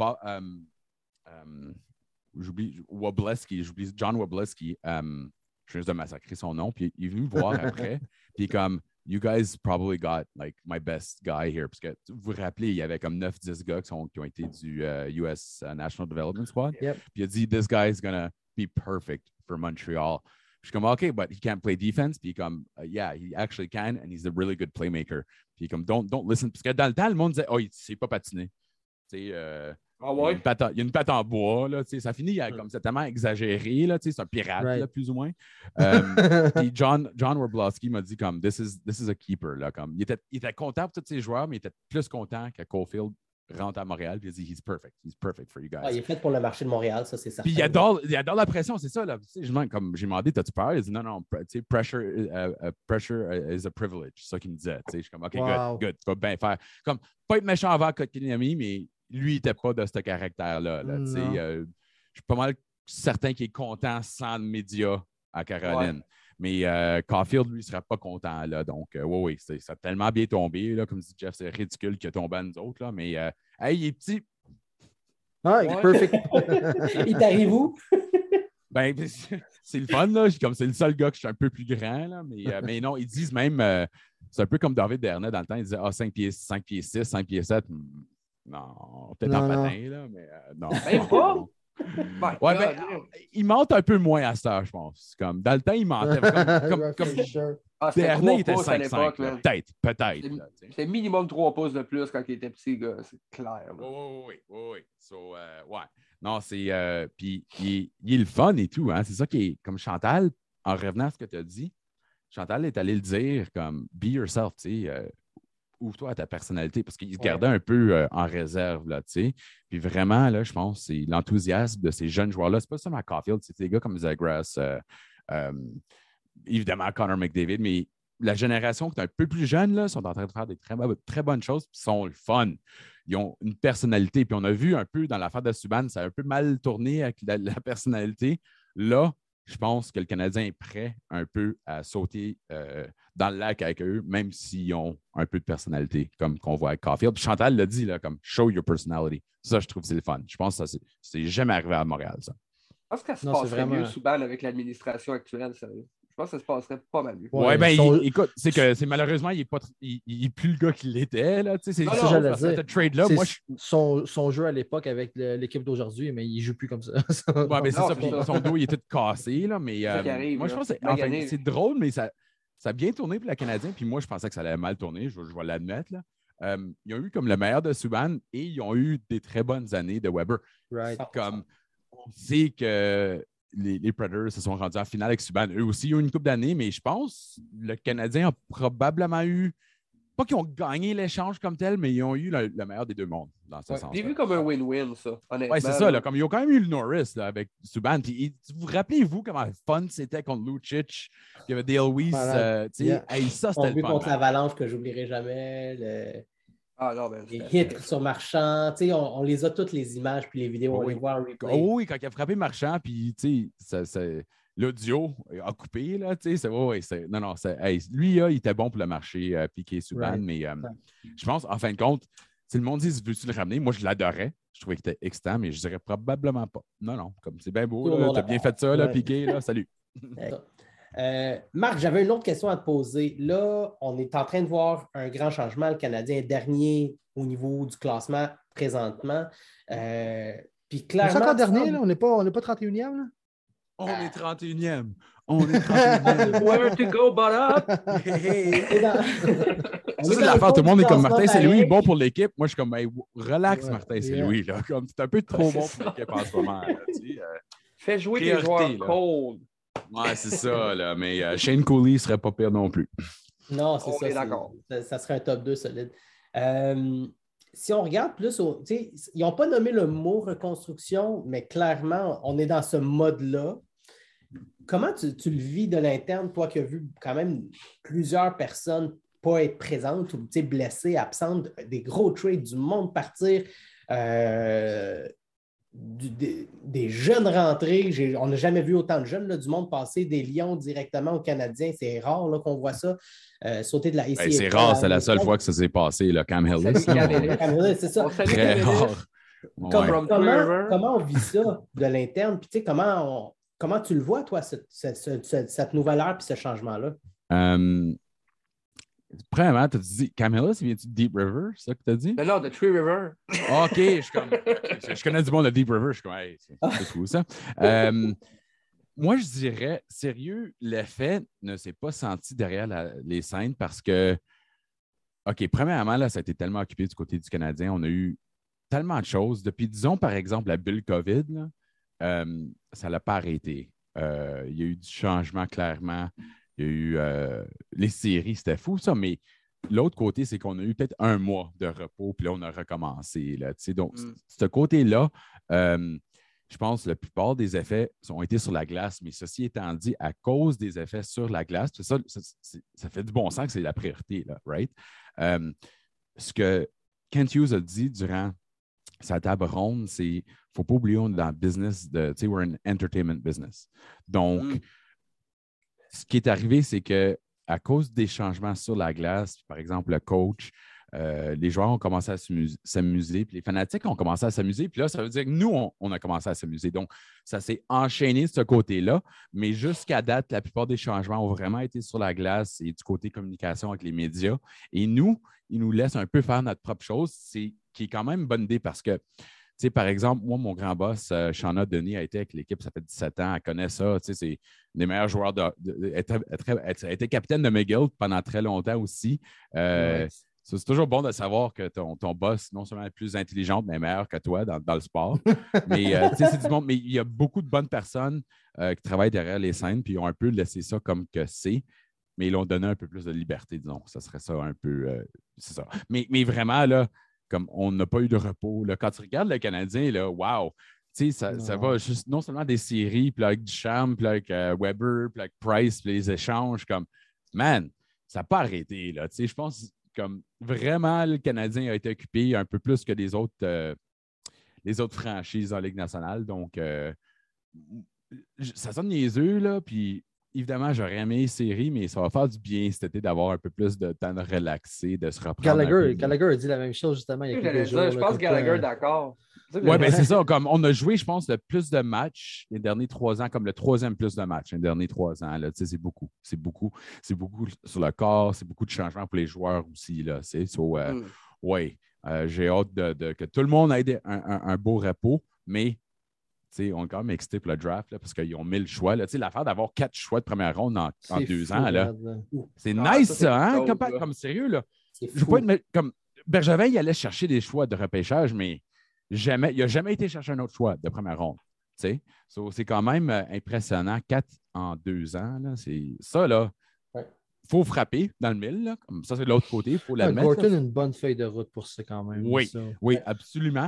j'oublie John Wobleski, je viens de massacrer son nom, puis il est venu me voir après, puis comme « You guys probably got like my best guy here. » Parce que vous vous rappelez, il y avait comme 9-10 gars qui ont été du US National Development Squad. Yep. Puis il a dit « This guy is going to be perfect for Montreal. » Je suis comme « OK, but he can't play defense. » Puis comme « Yeah, he actually can, and he's a really good playmaker. » Puis comme « Don't listen. » Parce que dans le temps, le monde disait « Oh, il ne sait pas patiner. » Tu sais, ah ouais? il y a une patte en bois, là, ça finit comme c'est tellement exagéré, là, c'est un pirate, right. là, plus ou moins. Puis John Wroblewski m'a dit comme this is a keeper. Là, comme, il était content pour tous ses joueurs, mais il était plus content que Caulfield rentre à Montréal et il a dit he's perfect for you guys. Ah, il est fait pour le marché de Montréal, ça c'est certain. Puis il adore la pression, c'est ça. Là. Comme j'ai demandé, t'as-tu peur? Il a dit non, pressure is a privilege. C'est ça qu'il me disait. Je suis comme OK, wow. good, tu vas bien faire. Comme pas être méchant envers Kotkaniemi, mais lui, il n'était pas de ce caractère-là. Là, je suis pas mal certain qu'il est content sans le média à Caroline. Ouais. Mais Caulfield, lui, ne serait pas content. Là, donc, oui, ça a tellement bien tombé. Là, comme dit Jeff, c'est ridicule qu'il a tombé à nous autres. Là, mais, hey, il est petit. Ah, perfect. Il t'arrive où? Ben, c'est le fun, là. Comme c'est le seul gars que je suis un peu plus grand, là. Mais non, ils disent même, c'est un peu comme David Dernay dans le temps, ils disaient 5 pieds 6, 5 pieds 7. Non, peut-être en patin, là, mais non. Même pas? Ouais, ben, il mente un peu moins à ça, je pense. Comme, dans le temps, il mentait. Comme Dernay, il était 5'5", peut-être. C'est minimum 3 pouces de plus quand il était petit, gars, c'est clair. Oui. So, ouais. Non, c'est... puis, il est le fun et tout, hein. C'est ça qui est... Comme Chantal, en revenant à ce que tu as dit, Chantal est allée le dire comme « be yourself », tu sais. Ouvre-toi à ta personnalité, parce qu'il se gardait un peu en réserve, là, tu sais. Puis vraiment, là, je pense, c'est l'enthousiasme de ces jeunes joueurs-là. C'est pas seulement Caulfield, c'est des gars comme Zagras, évidemment Connor McDavid, mais la génération qui est un peu plus jeune, là, sont en train de faire des très bonnes choses, puis sont le fun. Ils ont une personnalité. Puis on a vu un peu dans l'affaire de Subban, ça a un peu mal tourné avec la personnalité. Là, je pense que le Canadien est prêt un peu à sauter dans le lac avec eux, même s'ils ont un peu de personnalité, comme qu'on voit avec Caulfield. Puis Chantal l'a dit, là, comme « show your personality ». Ça, je trouve que c'est le fun. Je pense que ça, c'est jamais arrivé à Montréal, ça. Je pense que ça se passerait mieux, Subban, avec l'administration actuelle, sérieux. Je pense que ça se passerait pas mal mieux. Oui, ben, écoute, c'est malheureusement, il n'est plus le gars qu'il était. Là, c'est ça, j'allais dire. Ce trade-là, son jeu à l'époque avec l'équipe d'aujourd'hui, mais il ne joue plus comme ça. Oui, ben, c'est ça. Puis son dos, il est tout cassé. Là, mais moi, je pense que c'est drôle, mais ça a bien tourné pour le Canadien. Puis moi, je pensais que ça allait mal tourner. Je vais l'admettre. Là. Ils ont eu comme le meilleur de Subban et ils ont eu des très bonnes années de Weber. Right. Comme on sait que les Predators se sont rendus en finale avec Subban. Eux aussi, ils ont eu une couple d'années, mais je pense que le Canadien a probablement eu, pas qu'ils ont gagné l'échange comme tel, mais ils ont eu le meilleur des deux mondes dans ce sens. J'ai vu comme un win-win, ça, honnêtement. Oui, c'est ça. Là, comme ils ont quand même eu le Norris là, avec Subban. Puis, vous rappelez-vous comment fun c'était contre Lucic? Il y avait Dale Weiss. Ça, c'était le fun. Contre l'Avalanche que j'oublierai jamais. Les hits sur Marchand, on les a toutes les images puis les vidéos, on les voit en replay. Oui, quand il a frappé Marchand, puis l'audio a coupé, là, lui, il était bon pour le marché, Piqué Subban, mais je pense, en fin de compte, si le monde dit « veux-tu le ramener », moi, je l'adorais. Je trouvais qu'il était excitant, mais je dirais probablement pas. Non, comme c'est bien beau, t'as bien fait ça, là, Piqué, là, salut. Marc, j'avais une autre question à te poser. Là, on est en train de voir un grand changement. Le Canadien est dernier au niveau du classement présentement. Puis clairement, on est encore dernier, là? On n'est pas 31e? Là? On est 31e. On est 31e. Where to go, but up? C'est l'affaire. Tout le monde est comme Martin Saint-Louis, bon pour l'équipe. Moi, je suis comme, hey, relax, Martin Saint-Louis. C'est un peu trop bon pour l'équipe en ce moment. Fais jouer tes joueurs cold. Ouais, c'est ça, là. Mais Shane Cooley ne serait pas pire non plus. Non, c'est ça. D'accord. Ça serait un top 2 solide. Si on regarde plus, ils n'ont pas nommé le mot reconstruction, mais clairement, on est dans ce mode-là. Comment tu le vis de l'interne, toi qui as vu quand même plusieurs personnes pas être présentes ou blessées, absentes, des gros trades, du monde partir, des jeunes rentrées. On n'a jamais vu autant de jeunes, là, du monde passer des Lions directement aux Canadiens. C'est rare là, qu'on voit ça. Sauter de la ACHL. C'est rare, c'est la seule fois que ça s'est passé, là, Cam Hillis. Cam Hillis, c'est ça. Très rare. Comment on vit ça de l'interne? Puis comment tu le vois, toi, cette nouvelle ère et ce changement-là? Premièrement, tu as dit Cam Hillis, il vient-tu de Deep River, c'est ça que tu as dit? Non, de Tree River. OK, je connais du monde de Deep River, je suis comme, hey, c'est fou ça. Moi, je dirais, sérieux, l'effet ne s'est pas senti derrière les scènes parce que, OK, premièrement, là, ça a été tellement occupé du côté du Canadien. On a eu tellement de choses. Depuis, disons, par exemple, la bulle COVID, là, ça ne l'a pas arrêté. Il y a eu du changement, clairement. Il y a eu les séries, c'était fou, ça, mais l'autre côté, c'est qu'on a eu peut-être un mois de repos, puis là, on a recommencé. Là, donc, ce côté-là, je pense que la plupart des effets ont été sur la glace, mais ceci étant dit, à cause des effets sur la glace, ça fait du bon sens que c'est la priorité, là, right? Ce que Kent Hughes a dit durant sa table ronde, c'est qu'il ne faut pas oublier, on est dans le business we're an entertainment business. Donc, ce qui est arrivé, c'est qu'à cause des changements sur la glace, par exemple, le coach, les joueurs ont commencé à s'amuser, puis les fanatiques ont commencé à s'amuser. Puis là, ça veut dire que nous, on a commencé à s'amuser. Donc, ça s'est enchaîné de ce côté-là. Mais jusqu'à date, la plupart des changements ont vraiment été sur la glace et du côté communication avec les médias. Et nous, ils nous laissent un peu faire notre propre chose, qui est quand même une bonne idée parce que, tu sais, par exemple, moi, mon grand boss, Shauna Denis, a été avec l'équipe, ça fait 17 ans, elle connaît ça. Tu sais, c'est une des meilleurs joueurs. Elle a été capitaine de McGill pendant très longtemps aussi. C'est toujours bon de savoir que ton boss, non seulement est plus intelligente, mais meilleur que toi dans le sport. Mais c'est du monde. Mais il y a beaucoup de bonnes personnes qui travaillent derrière les scènes, puis ils ont un peu laissé ça comme que c'est, mais ils l'ont donné un peu plus de liberté, disons. Ça serait ça un peu. C'est ça. Mais vraiment, là, comme on n'a pas eu de repos. Là, quand tu regardes le Canadien, là, wow! Tu sais, ça va juste non seulement des séries, puis avec Duchamp, puis avec Weber, puis avec Price, puis les échanges, comme, man, ça n'a pas arrêté, là. Tu sais, je pense comme vraiment, le Canadien a été occupé un peu plus que les autres franchises en Ligue nationale. Donc, ça sonne niaiseux, là, puis évidemment, j'aurais aimé les séries, mais ça va faire du bien cet été d'avoir un peu plus de temps de relaxer, de se reprendre. Gallagher a dit la même chose justement il y a quelques jours. Je pense que Gallagher est d'accord. Oui, bien c'est ça. Comme on a joué, je pense, le plus de matchs les derniers 3 ans, comme le 3e plus de matchs les derniers 3 ans. Là, c'est beaucoup. C'est beaucoup sur le corps, c'est beaucoup de changements pour les joueurs aussi. Là, oui, j'ai hâte que tout le monde ait un beau repos, mais on est quand même excité pour le draft là, parce qu'ils ont 1000 choix. L'affaire d'avoir 4 choix de première ronde en 2 ans, là, c'est nice, ça, hein? Comme sérieux, là. Je peux pas comme Bergevin, il allait chercher des choix de repêchage, mais il n'a jamais été chercher un autre choix de première ronde. C'est quand même impressionnant. 4 en 2 ans, là, c'est ça, là. Il faut frapper dans le mille. Là. Comme ça, c'est de l'autre côté. Il faut l'admettre. Gorton a une bonne feuille de route pour ça quand même. Oui, ça. Oui, absolument.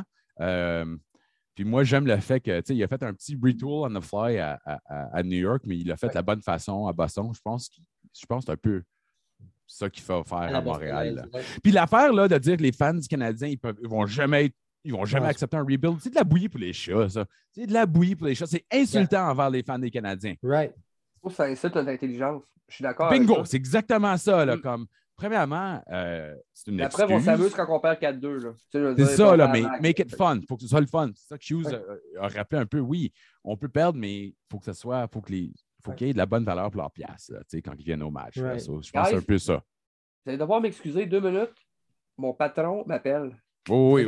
Puis moi, j'aime le fait qu'il a fait un petit retool on the fly à New York, mais il l'a fait de la bonne façon à Boston. Je pense que c'est un peu ça qu'il faut faire à Montréal. Puis l'affaire là, de dire que les fans du Canadien, ils vont jamais accepter un rebuild, c'est de la bouillie pour les chats, ça. C'est de la bouillie pour les chats. C'est insultant envers les fans des Canadiens. Right. Ça insulte l'intelligence. Je suis d'accord. Bingo, c'est exactement ça. Là, comme, premièrement, c'est une excuse. Après, on s'amuse quand on perd 4-2. C'est ça, là, mais make it fun. Il faut que ce soit le fun. C'est ça que Hughes a rappelé un peu. Oui, on peut perdre, mais il faut que ce soit, faut qu'il y ait de la bonne valeur pour leur pièce quand ils viennent au match. Right. Je pense que c'est un peu ça. Vous allez devoir m'excuser 2 minutes. Mon patron m'appelle. Oui.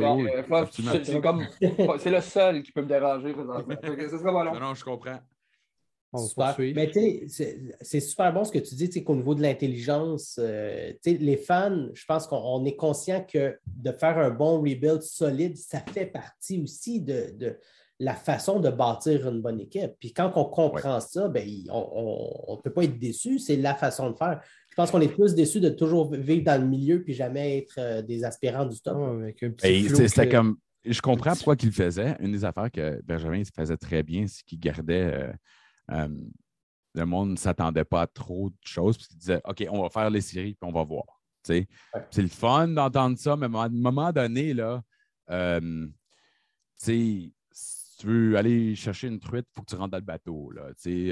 C'est le seul qui peut me déranger présentement. Ça sera pas long. Non, je comprends. Super. Mais c'est super bon ce que tu dis, qu'au niveau de l'intelligence, les fans, je pense qu'on est conscient que de faire un bon rebuild solide, ça fait partie aussi de la façon de bâtir une bonne équipe. Puis quand on comprend ça, ben, on ne peut pas être déçu, c'est la façon de faire. Je pense qu'on est plus déçus de toujours vivre dans le milieu puis jamais être des aspirants du top. C'était comme, je comprends pourquoi qu'il le faisait. Une des affaires que Benjamin faisait très bien, c'est qu'il gardait... le monde ne s'attendait pas à trop de choses, parce qu'il disait OK, on va faire les séries puis on va voir. C'est le fun d'entendre ça, mais à un moment donné, là, si tu veux aller chercher une truite, il faut que tu rentres dans le bateau. Là,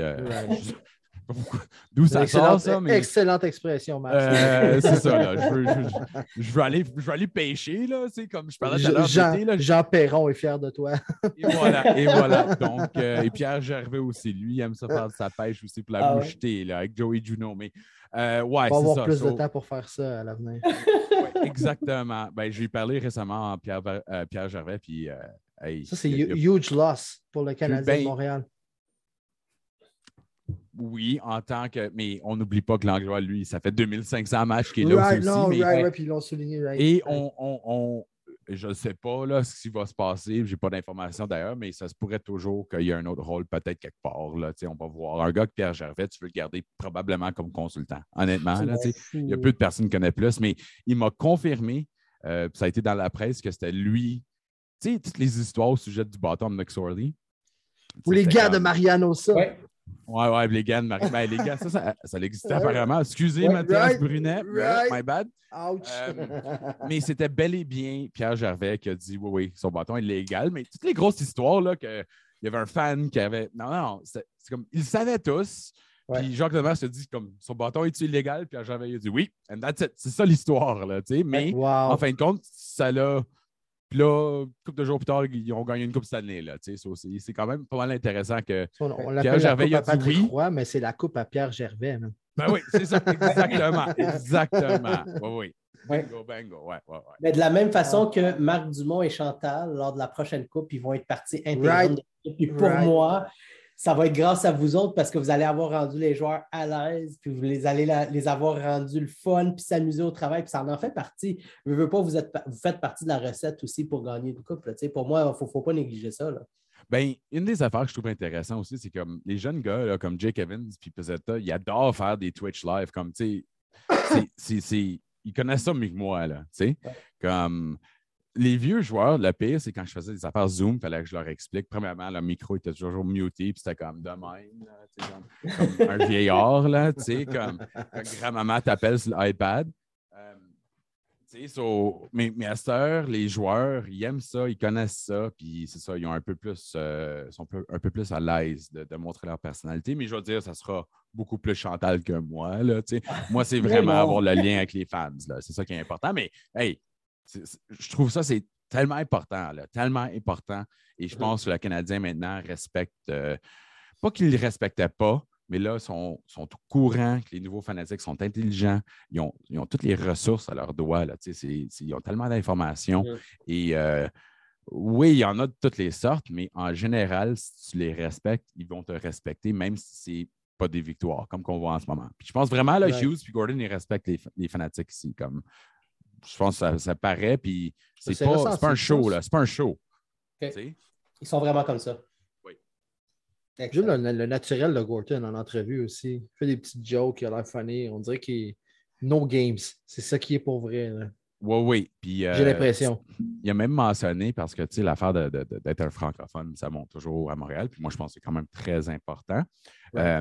d'où ça sort, ça? Mais... Excellente expression, Max. C'est ça, là. Je veux aller pêcher, là. Comme je parlais tout à l'heure. Jean Perron est fier de toi. Et voilà. Donc, et Pierre Gervais aussi. Lui, il aime ça faire de sa pêche aussi pour la moucheter, là, avec Joey Juneau. Mais, on va avoir plus de temps pour faire ça à l'avenir. Exactement. Ben, je lui ai parlé récemment à Pierre Gervais. Puis, ça, c'est huge loss pour le Canadien de Montréal. Oui, en tant que... Mais on n'oublie pas que Langlois, lui, ça fait 2500 matchs qu'il est là aussi. Puis ils l'ont souligné. Et je ne sais pas là, ce qui va se passer. Je n'ai pas d'informations d'ailleurs, mais ça se pourrait toujours qu'il y ait un autre rôle peut-être quelque part. Là, on va voir. Un gars que Pierre Gervais, tu veux le garder probablement comme consultant. Honnêtement, là, il y a peu de personnes qui connaissent plus, mais il m'a confirmé, ça a été dans la presse, que c'était lui. Tu sais, toutes les histoires au sujet du bâton de McSorley. Ou les gars de Mariano, ça. Ouais, les gars de Marie. Ben, les gars, ça existait apparemment. Excusez, Mathias Brunet. My bad. Ouch. Mais c'était bel et bien Pierre Gervais qui a dit oui, son bâton est légal. Mais toutes les grosses histoires, là, qu'il y avait un fan qui avait. Non, c'est comme. Ils le savaient tous. Ouais. Puis Jacques Demers se dit comme son bâton est-il illégal? Puis j'avais dit oui, and that's it. C'est ça l'histoire, là, tu sais. Mais en fin de compte, ça l'a. Puis là, une couple de jours plus tard, ils ont gagné une Coupe Stanley, là, tu sais. C'est quand même pas mal intéressant que. On l'appelle la coupe à Patrick Roy, mais c'est la coupe à Pierre Gervais. Même. Ben oui, c'est ça, exactement. Exactement. Oui. Bingo. Ouais. Mais de la même façon que Marc Dumont et Chantal, lors de la prochaine coupe, ils vont être partie intégrante. Puis pour moi, ça va être grâce à vous autres parce que vous allez avoir rendu les joueurs à l'aise, puis vous allez les avoir rendus le fun, puis s'amuser au travail, puis ça en fait partie. Je veux pas, vous faites partie de la recette aussi pour gagner une coupe. Là. Pour moi, il ne faut pas négliger ça. Là. Ben, une des affaires que je trouve intéressant aussi, c'est comme les jeunes gars là, comme Jake Evans puis Pezzetta, ils adorent faire des Twitch live. Comme, tu sais, ils connaissent ça mieux que moi, là, tu sais. Comme les vieux joueurs, le pire, c'est quand je faisais des affaires Zoom, il fallait que je leur explique. Premièrement, le micro était toujours muté, puis c'était comme de même, là, comme un vieillard, là, tu sais, comme quand grand-maman t'appelle sur l'iPad. Mais à cette heure, les joueurs, ils aiment ça, ils connaissent ça, puis c'est ça, ils ont un peu plus, sont un peu plus à l'aise de montrer leur personnalité. Mais je veux dire, ça sera beaucoup plus Chantal que moi. Là, moi, c'est vraiment avoir le lien avec les fans. Là. C'est ça qui est important. Mais hey, je trouve ça, c'est tellement important, là, tellement important. Et je pense que le Canadien maintenant respecte, pas qu'il ne le respectait pas, mais là, ils sont au courant que les nouveaux fanatiques sont intelligents. Ils ont toutes les ressources à leurs doigts. Là, ils ont tellement d'informations. Et oui, il y en a de toutes les sortes, mais en général, si tu les respectes, ils vont te respecter, même si ce n'est pas des victoires, comme qu'on voit en ce moment. Puis je pense vraiment, là, Hughes et Gordon, ils respectent les fanatiques ici. Comme, je pense que ça paraît, puis c'est pas un show. Là, c'est pas un show. Okay. Ils sont vraiment comme ça. J'aime le naturel de Gorton en entrevue aussi. Il fait des petites jokes, il a l'air funny. On dirait qu'il est no games. C'est ça qui est pour vrai. Là. Oui. Puis, j'ai l'impression. Il a même mentionné, parce que l'affaire d'être un francophone, ça monte toujours à Montréal. Puis moi, je pense que c'est quand même très important. Ouais.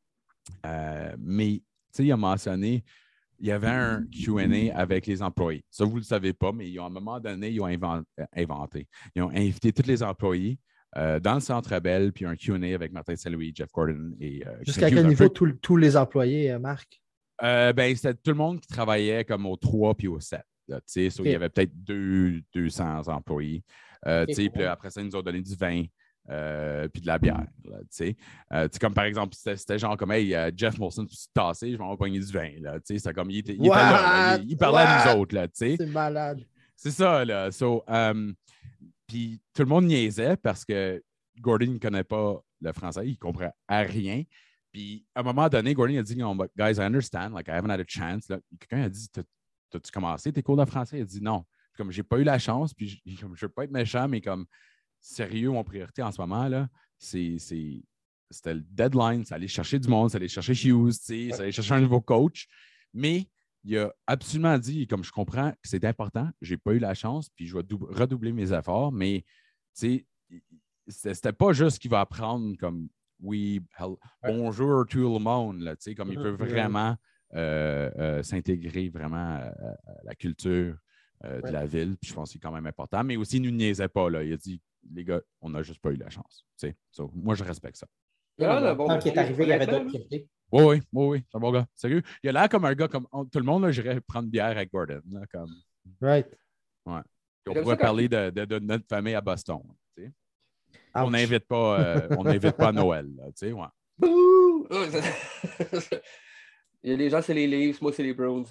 Mais il a mentionné, il y avait un Q&A avec les employés. Ça, vous ne le savez pas, mais à un moment donné, ils ont inventé. Ils ont invité tous les employés dans le Centre Bell, puis un Q&A avec Martin Saint-Louis, Jeff Gordon et... Jusqu'à quel niveau tous les employés, Marc? C'était tout le monde qui travaillait comme au 3 puis au 7. Là, okay. Il y avait peut-être 200 employés. Puis après ça, ils nous ont donné du vin puis de la bière. Là, comme par exemple, c'était genre comme hey, Jeff Molson, tu te tassé, je vais m'envoyer du vin. C'était comme il était là, il parlait à nous autres. Là, c'est malade. C'est ça. Là. Puis tout le monde niaisait parce que Gordon ne connaît pas le français, il ne comprend rien. Puis à un moment donné, Gordon a dit guys, I understand, like I haven't had a chance. Là. Quelqu'un a dit t'as-tu commencé tes cours de français? Il a dit non. Puis, comme j'ai pas eu la chance, puis je ne veux pas être méchant, mais comme sérieux, mon priorité en ce moment, là, c'était le deadline, ça allait chercher du monde, ça allait chercher Hughes, ça allait chercher un nouveau coach. Mais il a absolument dit, comme je comprends que c'est important, j'ai pas eu la chance, puis je vais redoubler mes efforts, mais c'était pas juste qu'il va apprendre comme bonjour tout le monde, là, comme il peut vraiment s'intégrer vraiment à la culture de la ville, puis je pense que c'est quand même important, mais aussi il ne nous niaisait pas, là. Il a dit, les gars, on n'a juste pas eu la chance. Moi, je respecte ça. Quand il est arrivé, il y avait d'autres priorités. Oui, c'est un bon gars. Sérieux. Il a l'air comme un gars comme tout le monde, j'irais prendre bière avec Gordon. Là, comme... Right. Ouais. On pourrait parler de notre famille à Boston. On n'invite pas, pas Noël. Là, ouais. Il y a des gens, c'est les Leafs, moi, c'est les Browns.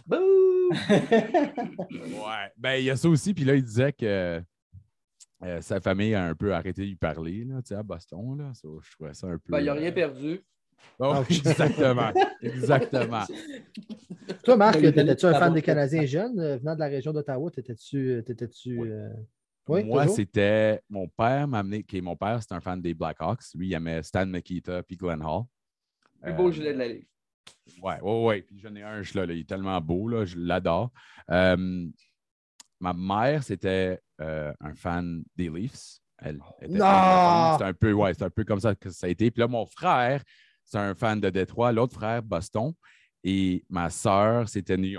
Ouais. Ben, il y a ça aussi. Puis là, il disait que sa famille a un peu arrêté de lui parler là, à Boston. Là. Je trouvais ça un peu. Ben, il n'a rien perdu. Oh, exactement. Exactement. Toi, Marc, étais-tu un fan des Canadiens jeunes venant de la région d'Ottawa? T'étais-tu. Oui, moi, c'était mon père m'a amené. Mon père, c'était un fan des Blackhawks. Lui, il aimait Stan Mikita puis Glenn Hall. Le beau gilet de la Ligue. Oui. Puis j'en ai un, il est tellement beau, là, je l'adore. Ma mère, c'était un fan des Leafs. Elle était c'est un peu comme ça que ça a été. Puis là, mon frère, c'est un fan de Détroit. L'autre frère, Boston. Et ma sœur, c'était New York.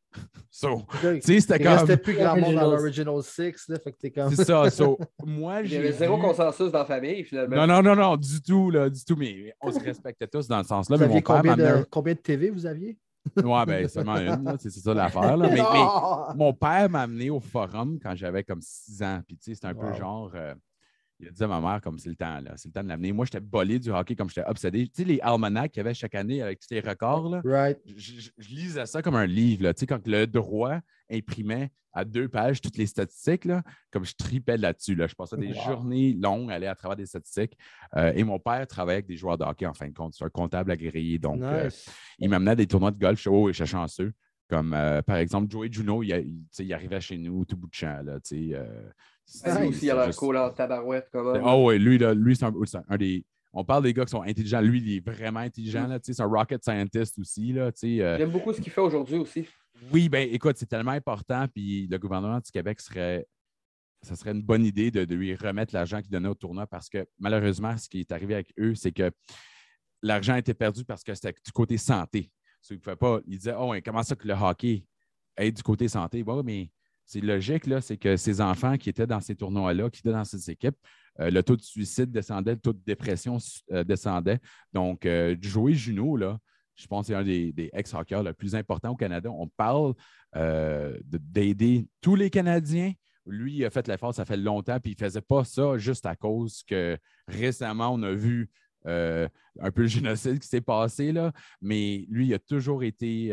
So, tu sais, c'était comme... Il restait plus grand monde dans l'Original Six, là, fait que t'es comme... C'est ça. So, moi, il y avait zéro consensus dans la famille, finalement. Non, du tout, là, du tout. Mais on se respectait tous dans le sens-là. Vous mais aviez mon père combien de TV vous aviez? Ouais, ben seulement une, là, c'est ça l'affaire. Là. Mais mon père m'a amené au forum quand j'avais comme 6 ans. Puis, tu sais, c'était un peu genre... il a dit à ma mère, comme c'est le temps, là, c'est le temps de l'amener. Moi, j'étais bolé du hockey comme j'étais obsédé. Tu sais, les almanachs qu'il y avait chaque année avec tous les records, là, right. je lisais ça comme un livre. Là. Tu sais, quand le droit imprimait à 2 pages toutes les statistiques, là, comme je tripais là-dessus. Là. Je passais des journées longues à aller à travers des statistiques. Et mon père travaillait avec des joueurs de hockey, en fin de compte. C'est un comptable agréé. Donc, il m'amenait à des tournois de golf. J'étais chanceux. Comme, par exemple, Joey Juno, il arrivait chez nous tout bout de champ. Là, lui aussi, il a l'air cool en tabarouette. Lui, c'est un des... On parle des gars qui sont intelligents. Lui, il est vraiment intelligent. Là, c'est un rocket scientist aussi. J'aime beaucoup ce qu'il fait aujourd'hui aussi. Oui, bien, écoute, c'est tellement important. Puis le gouvernement du Québec ça serait une bonne idée de lui remettre l'argent qu'il donnait au tournoi parce que malheureusement, ce qui est arrivé avec eux, c'est que l'argent a été perdu parce que c'était du côté santé. Il ne pouvait pas. Il disait, comment ça que le hockey est du côté santé? Bon, mais c'est logique, là, c'est que ces enfants qui étaient dans ces tournois-là, qui étaient dans ces équipes, le taux de suicide descendait, le taux de dépression descendait. Donc, Joey Juno, là, je pense que c'est un des ex-hockeyeurs le plus important au Canada. On parle d'aider tous les Canadiens. Lui, il a fait l'effort, ça fait longtemps, puis il ne faisait pas ça juste à cause que récemment, on a vu un peu le génocide qui s'est passé, là. Mais lui, il a toujours été,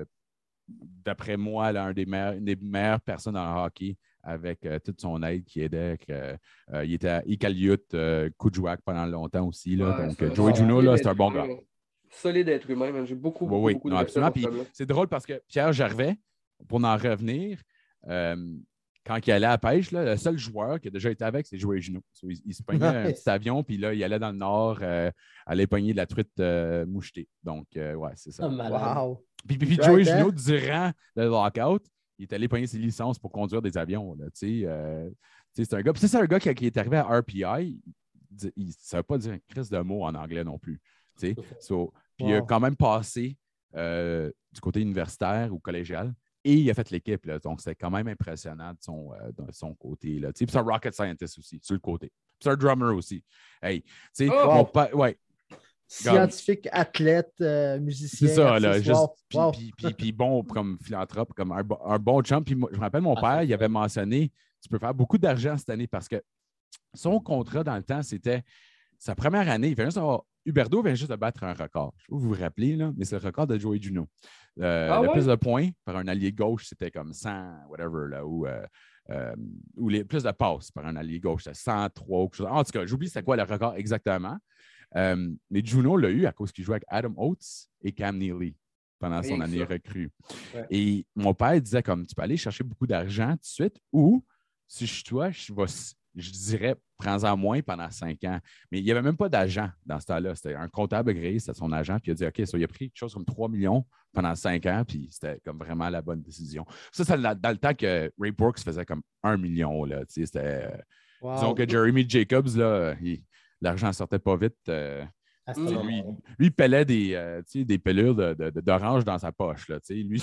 d'après moi, là, une des meilleures personnes dans le hockey avec toute son aide qui aidait. Il était à Iqaluit, Kuujjuaq pendant longtemps aussi. Là. Donc, Joey Juno, là, c'est un bon gars. Solide être humain, même. J'ai beaucoup de respect pour ça. C'est drôle parce que Pierre Gervais, pour en revenir, quand il allait à la pêche, là, le seul joueur qui a déjà été avec, c'est Joey Juno. Il se pognait un petit avion, puis là, il allait dans le nord, aller pogner de la truite mouchetée. Donc, ouais, c'est ça. Wow. Puis Joey Juno, durant le lockout, il est allé pogner ses licences pour conduire des avions. Là, c'est un gars. Puis c'est un gars qui est arrivé à RPI. Ça ne veut pas dire un crise de mots en anglais non plus. Puis il a quand même passé du côté universitaire ou collégial. Et il a fait l'équipe, là, donc c'était quand même impressionnant de son côté. Là. Puis c'est un rocket scientist aussi, sur le côté. Puis c'est un drummer aussi. Hey, mon père, ouais. Scientifique, athlète, musicien. C'est ça, là. Puis bon, comme philanthrope, comme un bon chum. Puis je me rappelle, mon père, il avait mentionné tu peux faire beaucoup d'argent cette année parce que son contrat dans le temps, c'était sa première année. Huberdeau vient juste de battre un record. Je ne sais pas si vous vous rappelez, là, mais c'est le record de Joey Juno. Le plus de points par un allié gauche, c'était comme 100, whatever, là, ou plus de passes par un allié gauche, c'était 103 ou quelque chose. En tout cas, j'oublie c'est quoi le record exactement. Mais Juno l'a eu à cause qu'il jouait avec Adam Oates et Cam Neely pendant son année recrue. Ouais. Et mon père disait comme tu peux aller chercher beaucoup d'argent tout de suite ou si je suis toi, je dirais prends-en moins pendant 5 ans. Mais il n'y avait même pas d'agent dans ce temps-là. C'était un comptable agréé, c'était son agent. Puis il a dit OK, il a pris quelque chose comme 3 millions pendant 5 ans. Puis c'était comme vraiment la bonne décision. Ça, c'est dans le temps que Ray Bourque faisait comme 1 million. Là, c'était, disons que Jeremy Jacobs, là, l'argent ne sortait pas vite. Lui, il pelait des pelures d'orange dans sa poche. Là, lui,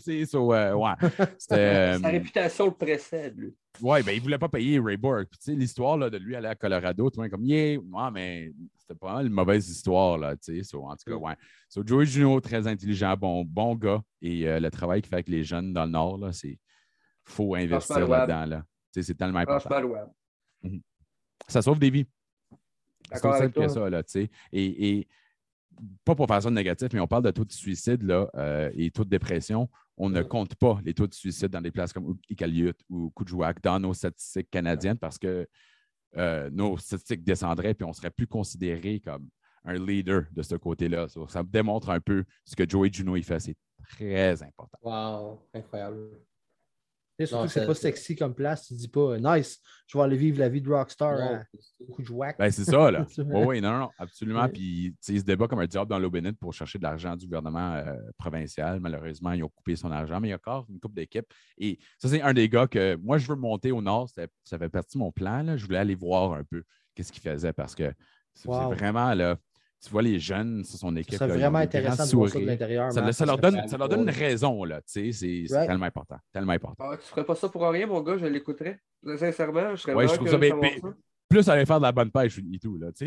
sa réputation le précède, lui. Oui, ben, il ne voulait pas payer Ray Bourque. L'histoire là, de lui aller à Colorado, comme mais c'était pas une mauvaise histoire. Là, en tout cas, ouais. Joey Juno, très intelligent, bon gars. Et le travail qu'il fait avec les jeunes dans le Nord, là, c'est faut investir là-dedans. Là. C'est tellement important. Ça sauve des vies. C'est aussi simple que ça, là, tu sais. Et pas pour faire ça de négatif, mais on parle de taux de suicide là, et taux de dépression. On ne compte pas les taux de suicide dans des places comme Iqaluit ou Kuujjuaq dans nos statistiques canadiennes parce que nos statistiques descendraient et on ne serait plus considéré comme un leader de ce côté-là. Ça démontre un peu ce que Joey Juno il fait. C'est très important. Wow, incroyable. Et surtout que c'est pas sexy comme place. Tu dis pas nice, je vais aller vivre la vie de rockstar à Kuujjuaq. Ben, c'est ça, là. Oui, non, absolument. Puis il se débat comme un diable dans l'eau bénite pour chercher de l'argent du gouvernement provincial. Malheureusement, ils ont coupé son argent, mais il y a encore une couple d'équipes. Et ça, c'est un des gars que moi, je veux monter au Nord. Ça fait partie de mon plan. Là. Je voulais aller voir un peu qu'est-ce qu'il faisait parce que c'est vraiment là. tu vois les jeunes, c'est son équipe. C'est vraiment intéressant de voir ça de l'intérieur. Ça leur donne une raison, là. C'est tellement important. Tellement important. Ah, tu ferais pas ça pour rien, mon gars, je l'écouterais. Sincèrement, je serais ouais, vraiment je trouve ça. Plus aller faire de la bonne pêche et tout. Là,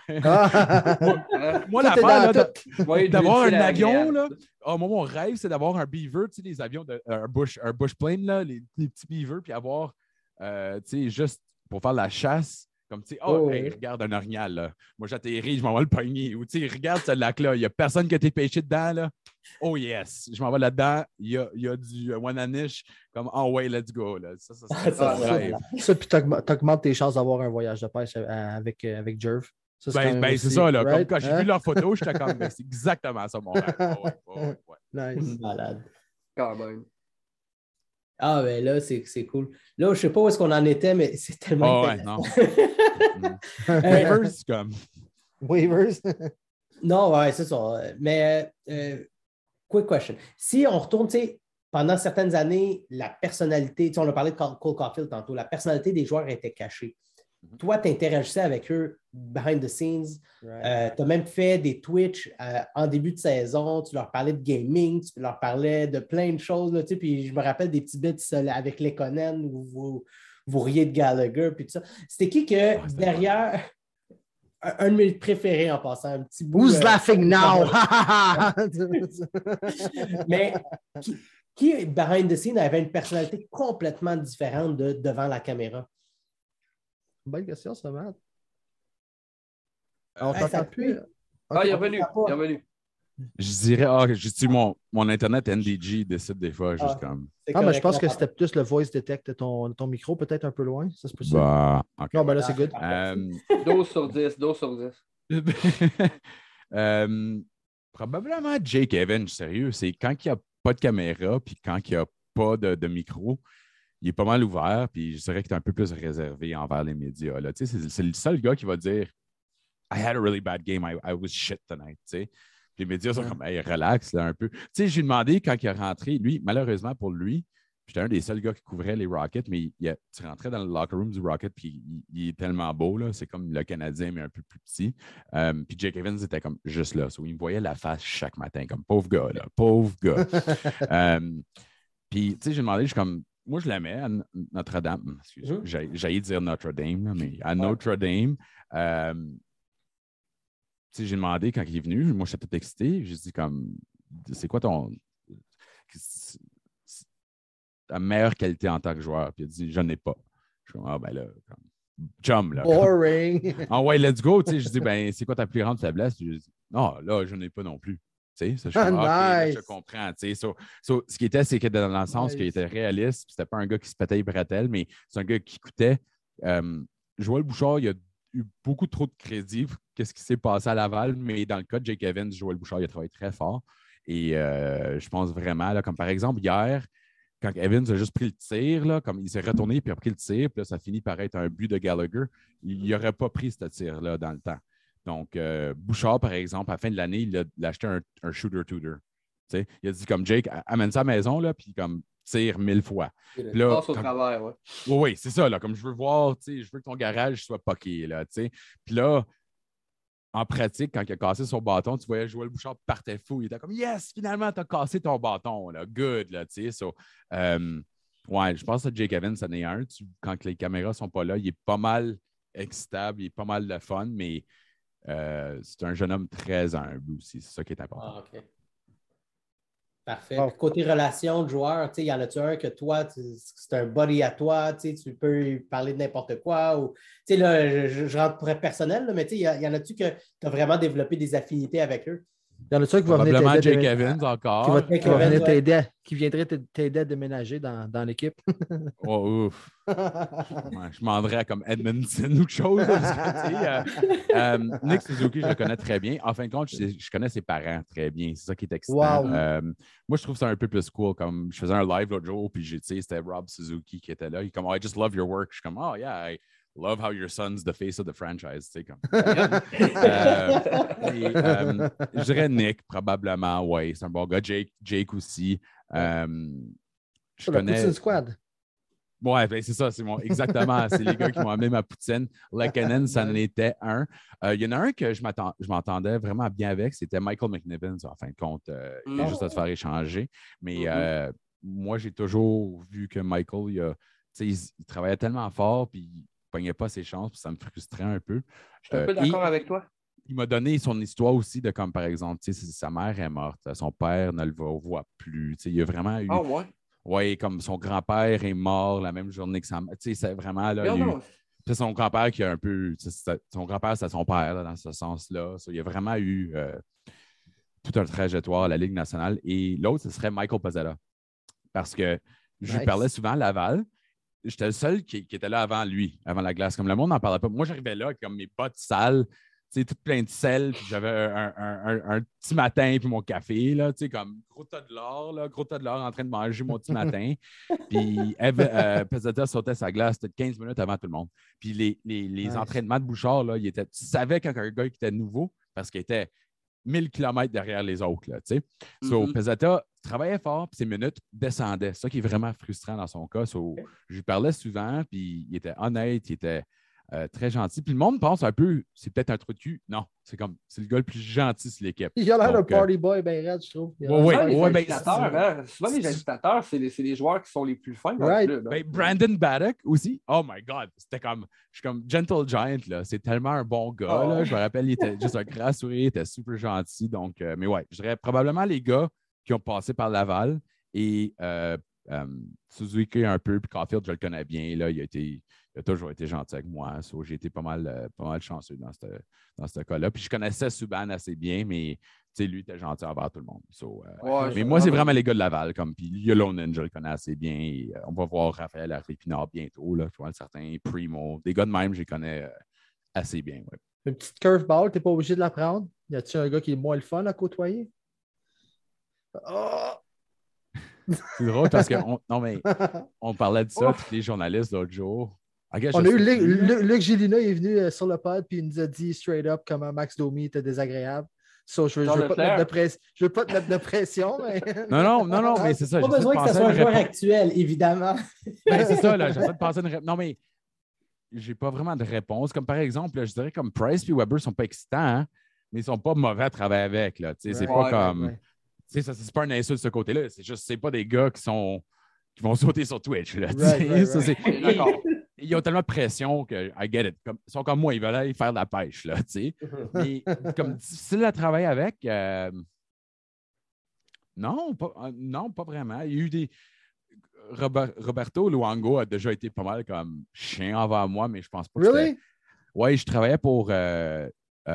moi l'affaire d'avoir un avion, là, moi, mon rêve, c'est d'avoir un beaver, les avions, un bush plane, là, les petits beavers, puis avoir, juste pour faire la chasse, comme, hey, regarde un orignal, là. Moi, j'atterris, je m'en vais le pogner. Ou, regarde ce lac-là, il n'y a personne qui a été pêché dedans, là. Oh yes, je m'en vais là-dedans, il y a du Wananish, comme, oh ouais, let's go, là. Ça rêve. Ça, puis t'augmentes tes chances d'avoir un voyage de pêche avec Jerv. C'est ça, là. Right? Comme quand j'ai vu leurs photos, j'étais comme, c'est exactement ça, mon rêve. Ouais. Nice. Malade. Quand même. Ah, ben là, c'est cool. Là, je ne sais pas où est-ce qu'on en était, mais c'est tellement non. Waivers, comme. Waivers? Non, ouais, c'est ça. Mais, quick question. Si on retourne, pendant certaines années, la personnalité, on a parlé de Cole Caulfield tantôt, la personnalité des joueurs était cachée. Toi, tu interagissais avec eux behind the scenes. Right. Tu as même fait des Twitch en début de saison. Tu leur parlais de gaming, tu leur parlais de plein de choses. Là, puis je me rappelle des petits bits avec les Conan où vous riez de Gallagher. Puis tout ça. C'était qui que derrière un de mes préférés en passant, un petit bout. Who's laughing now? Mais qui, behind the scenes, avait une personnalité complètement différente devant la caméra? Bonne question, ça, Matt. On t'entend plus. Il est revenu. Je dirais, mon Internet NDG décide des fois, juste comme. Mais je pense que c'était plus le voice detect de ton micro, peut-être un peu loin. Ça se peut ça. Okay. Non, ben là, c'est good. 12 sur 10. Probablement Jake Evans, sérieux. C'est quand il n'y a pas de caméra, puis quand il n'y a pas de micro, il est pas mal ouvert, puis je dirais qu'il est un peu plus réservé envers les médias. Là. C'est le seul gars qui va dire I had a really bad game, I was shit tonight. T'sais. Les médias sont comme hey, relax là, un peu. J'ai demandé quand il est rentré, lui, malheureusement pour lui, j'étais un des seuls gars qui couvrait les Rockets, mais tu rentrais dans le locker room du Rocket, puis il est tellement beau, là, c'est comme le Canadien, mais un peu plus petit. Puis Jake Evans était comme juste là. Il me voyait la face chaque matin, comme pauvre gars, là, pauvre gars. Puis, j'ai demandé, je suis comme. Moi, je l'aimais à Notre-Dame. J'ai dire Notre-Dame, là, mais à Notre-Dame. J'ai demandé quand il est venu, moi, j'étais tout excité. J'ai dit comme, c'est quoi ta meilleure qualité en tant que joueur? Puis il a dit, je n'en ai pas. Je suis comme, ben là, comme, chum, là. Boring. Ouais, let's go. Je dis, ben, c'est quoi ta plus grande faiblesse? Puis je dis, non, là, je n'en ai pas non plus. Ça, je, nice. Je comprends. Ce qui était, c'est que dans le sens qu'il était réaliste, c'était pas un gars qui se pétait les bretelles, mais c'est un gars qui écoutait. Joël Bouchard, il a eu beaucoup trop de crédit. Qu'est-ce qui s'est passé à Laval? Mais dans le cas de Jake Evans, Joël Bouchard, il a travaillé très fort. Et je pense vraiment, là, comme par exemple, hier, quand Evans a juste pris le tir, là, comme il s'est retourné puis a pris le tir, puis là, ça finit par être un but de Gallagher, il n'aurait pas pris ce tir-là dans le temps. Donc, Bouchard, par exemple, à la fin de l'année, il a acheté un shooter-tooter. Il a dit comme Jake, amène ça à la maison, là, puis comme tire 1000 fois. Là, passe au travers, ouais. Oui, c'est ça, là, comme je veux voir, je veux que ton garage soit poqué, là, puis là, en pratique, quand il a cassé son bâton, tu voyais Joël Bouchard partait fou. Il était comme yes, finalement, tu as cassé ton bâton. Là. Good. Là, ouais, je pense que Jake Evans, c'en est un. Quand les caméras ne sont pas là, il est pas mal excitable, il est pas mal de fun, mais c'est un jeune homme très humble aussi. C'est ça qui est important. Ah, OK. Parfait. Bon. Côté relation de joueur, y en a-tu un que toi, c'est un buddy à toi, tu peux parler de n'importe quoi? Ou, là, je rentre pour être personnel, là, mais il y en a-tu que tu as vraiment développé des affinités avec eux? Il y en a-tu qui va venir t'aider? Jake Evans encore. Qui viendrait t'aider à déménager dans l'équipe? Oh, ouf. Ouais, je m'en vendrais comme Edmondson ou quelque chose. Nick Suzuki, je le connais très bien. En fin de compte, je connais ses parents très bien. C'est ça qui est excitant. Wow. Moi, je trouve ça un peu plus cool. Comme je faisais un live l'autre jour, puis c'était Rob Suzuki qui était là. Il est comme, oh, I just love your work. Je suis comme, oh, yeah, I love how your son's the face of the franchise. Comme. Je dirais Nick, probablement. Ouais, c'est un bon gars. Jake aussi. Je connais. Poutine Squad. Ouais, ben c'est ça, exactement. C'est les gars qui m'ont amené ma poutine. Lekanen, ça en était un. Il y en a un que je m'entendais vraiment bien avec, c'était Michael McNiven, en fin de compte. Il est juste à se faire échanger. Mais moi, j'ai toujours vu que Michael, il travaillait tellement fort, puis il ne pognait pas ses chances, puis ça me frustrait un peu. Je suis un peu d'accord avec toi. Il m'a donné son histoire aussi de comme, par exemple, sa mère est morte, son père ne le voit plus. Il y a vraiment eu. Ah, ouais. Oui, comme son grand-père est mort la même journée que sa mère. Tu sais, c'est vraiment là. C'est son grand-père qui a un peu. Son grand-père, c'est son père là, dans ce sens-là. Il y a vraiment eu tout un trajectoire à la Ligue nationale. Et l'autre, ce serait Michael Pezzetta. Parce que je lui parlais souvent à Laval. J'étais le seul qui était là avant lui, avant la glace. Comme le monde n'en parlait pas. Moi, j'arrivais là comme mes bottes sales, tout plein de sel, puis j'avais un petit matin, puis mon café, là, comme gros tas de l'or en train de manger mon petit matin. Puis Pezzetta sautait sa glace peut-être 15 minutes avant tout le monde. Puis les entraînements de Bouchard, là, tu savais quand un gars qui était nouveau, parce qu'il était 1000 km derrière les autres. Là, So, Pezzetta travaillait fort, puis ses minutes descendaient. C'est ça qui est vraiment frustrant dans son cas. So, je lui parlais souvent, puis il était honnête, il était très gentil. Puis le monde pense un peu, c'est peut-être un trou de cul. Non, c'est le gars le plus gentil sur l'équipe. Il a l'air d'un party boy, ben raide, je trouve. Souvent, les agitateurs, c'est les joueurs qui sont les plus fins dans le club. Ben, Brandon Baddock aussi. Oh my God. Je suis comme Gentle Giant, là. C'est tellement un bon gars, là. Je me rappelle, il était juste un grand sourire, il était super gentil. Donc, mais ouais, je dirais probablement les gars qui ont passé par Laval et Suzuki un peu, puis Caulfield, je le connais bien, là. Il a toujours été gentil avec moi. So, j'ai été pas mal chanceux dans ce cas-là. Puis je connaissais Subban assez bien, mais lui était gentil envers tout le monde. So, mais moi, c'est vraiment les gars de Laval. Puis Yolonen, je le connais assez bien. Et, on va voir Raphaël Harvey-Pinard bientôt. Là, je vois certains Primo. Des gars de même, je les connais assez bien. Ouais. Une petite curveball, tu n'es pas obligé de la prendre. Y a-t-il un gars qui est moins le fun à côtoyer? Oh! C'est drôle parce on parlait de ça, tous les journalistes l'autre jour. On a eu Luc Gélina, il est venu sur le pod puis il nous a dit straight up comment Max Domi était désagréable. So, je ne veux pas te mettre de pression. Mais... Non, mais c'est ça. Pas besoin que ce soit un joueur actuel, évidemment. Ben, c'est ça, là. J'essaie de passer une réponse. Non, mais j'ai pas vraiment de réponse. Comme par exemple, là, je dirais comme Price et Weber sont pas excitants, hein, mais ils sont pas mauvais à travailler avec. Là. C'est pas comme. Ça, c'est pas un insulte de ce côté-là. C'est juste, c'est pas des gars qui vont sauter sur Twitch. Là, D'accord. Ils ont tellement de pression que I get it. Ils sont comme moi, ils veulent aller faire de la pêche. Là, mais comme difficile à travailler avec, non, pas vraiment. Il y a eu des. Roberto Luongo a déjà été pas mal comme chien envers moi, mais je pense pas que c'était... Oui, je travaillais pour le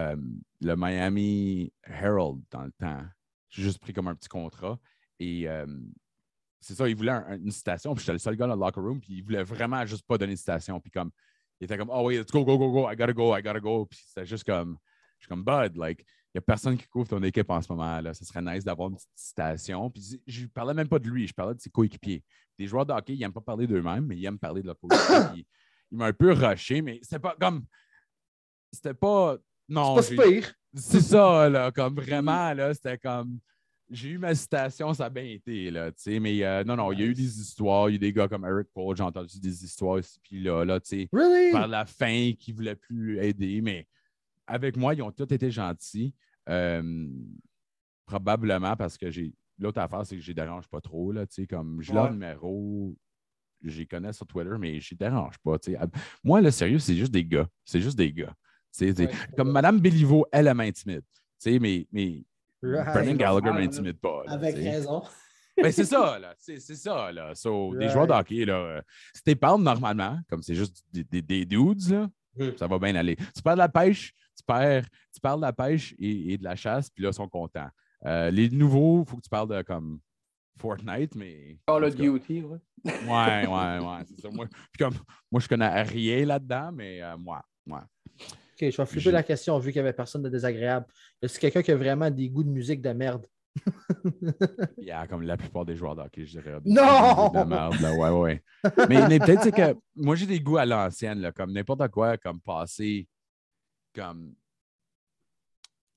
Miami Herald dans le temps. J'ai juste pris comme un petit contrat. Et c'est ça, il voulait une citation, puis j'étais le seul gars dans le locker room, puis il voulait vraiment juste pas donner une citation. Puis comme, il était comme, oh oui, let's go, I gotta go. Puis c'était juste comme, je suis comme, Bud, like, il n'y a personne qui couvre ton équipe en ce moment. Là. Ça serait nice d'avoir une petite citation. Puis je ne parlais même pas de lui, je parlais de ses coéquipiers. Les joueurs de hockey, ils n'aiment pas parler d'eux-mêmes, mais ils aiment parler de leur coéquipier. Il m'a un peu rushé, mais c'était pas comme. C'était pas. Non. C'est pas pire. C'est ça, là. Comme vraiment, là, c'était comme. J'ai eu ma citation, ça a bien été, là, tu sais. Mais non, il y a eu des histoires. Il y a eu des gars comme Eric Cole, j'ai entendu des histoires ici, puis là, tu sais. Really? Par la fin, qui ne voulaient plus aider, mais. Avec moi, ils ont tous été gentils. Probablement parce que l'autre affaire, c'est que je les dérange pas trop. Là, comme j'ai leur numéro, je les connais sur Twitter, mais je les dérange pas. Moi, le sérieux, c'est juste des gars. C'est juste des gars. Comme Mme Béliveau, elle m'intimide. Mais Brendan Gallagher ne m'intimide pas. Là, avec raison. Ben, c'est ça, là. C'est ça, là. So, des joueurs de hockey, là, si tu parles normalement, comme c'est juste des dudes, là, ça va bien aller. Tu parles de la pêche, tu parles de la pêche et de la chasse, puis là, ils sont contents. Les nouveaux, il faut que tu parles de comme Fortnite, mais. Call of Duty, ouais. Ouais, c'est ça. Moi, je connais rien là-dedans, mais moi. OK, je vais flipper la question vu qu'il n'y avait personne de désagréable. Est-ce quelqu'un qui a vraiment des goûts de musique de merde? Yeah, comme la plupart des joueurs de hockey, je dirais. Non! De merde, là, ouais. mais peut-être c'est que moi, j'ai des goûts à l'ancienne, là, comme n'importe quoi, comme passer comme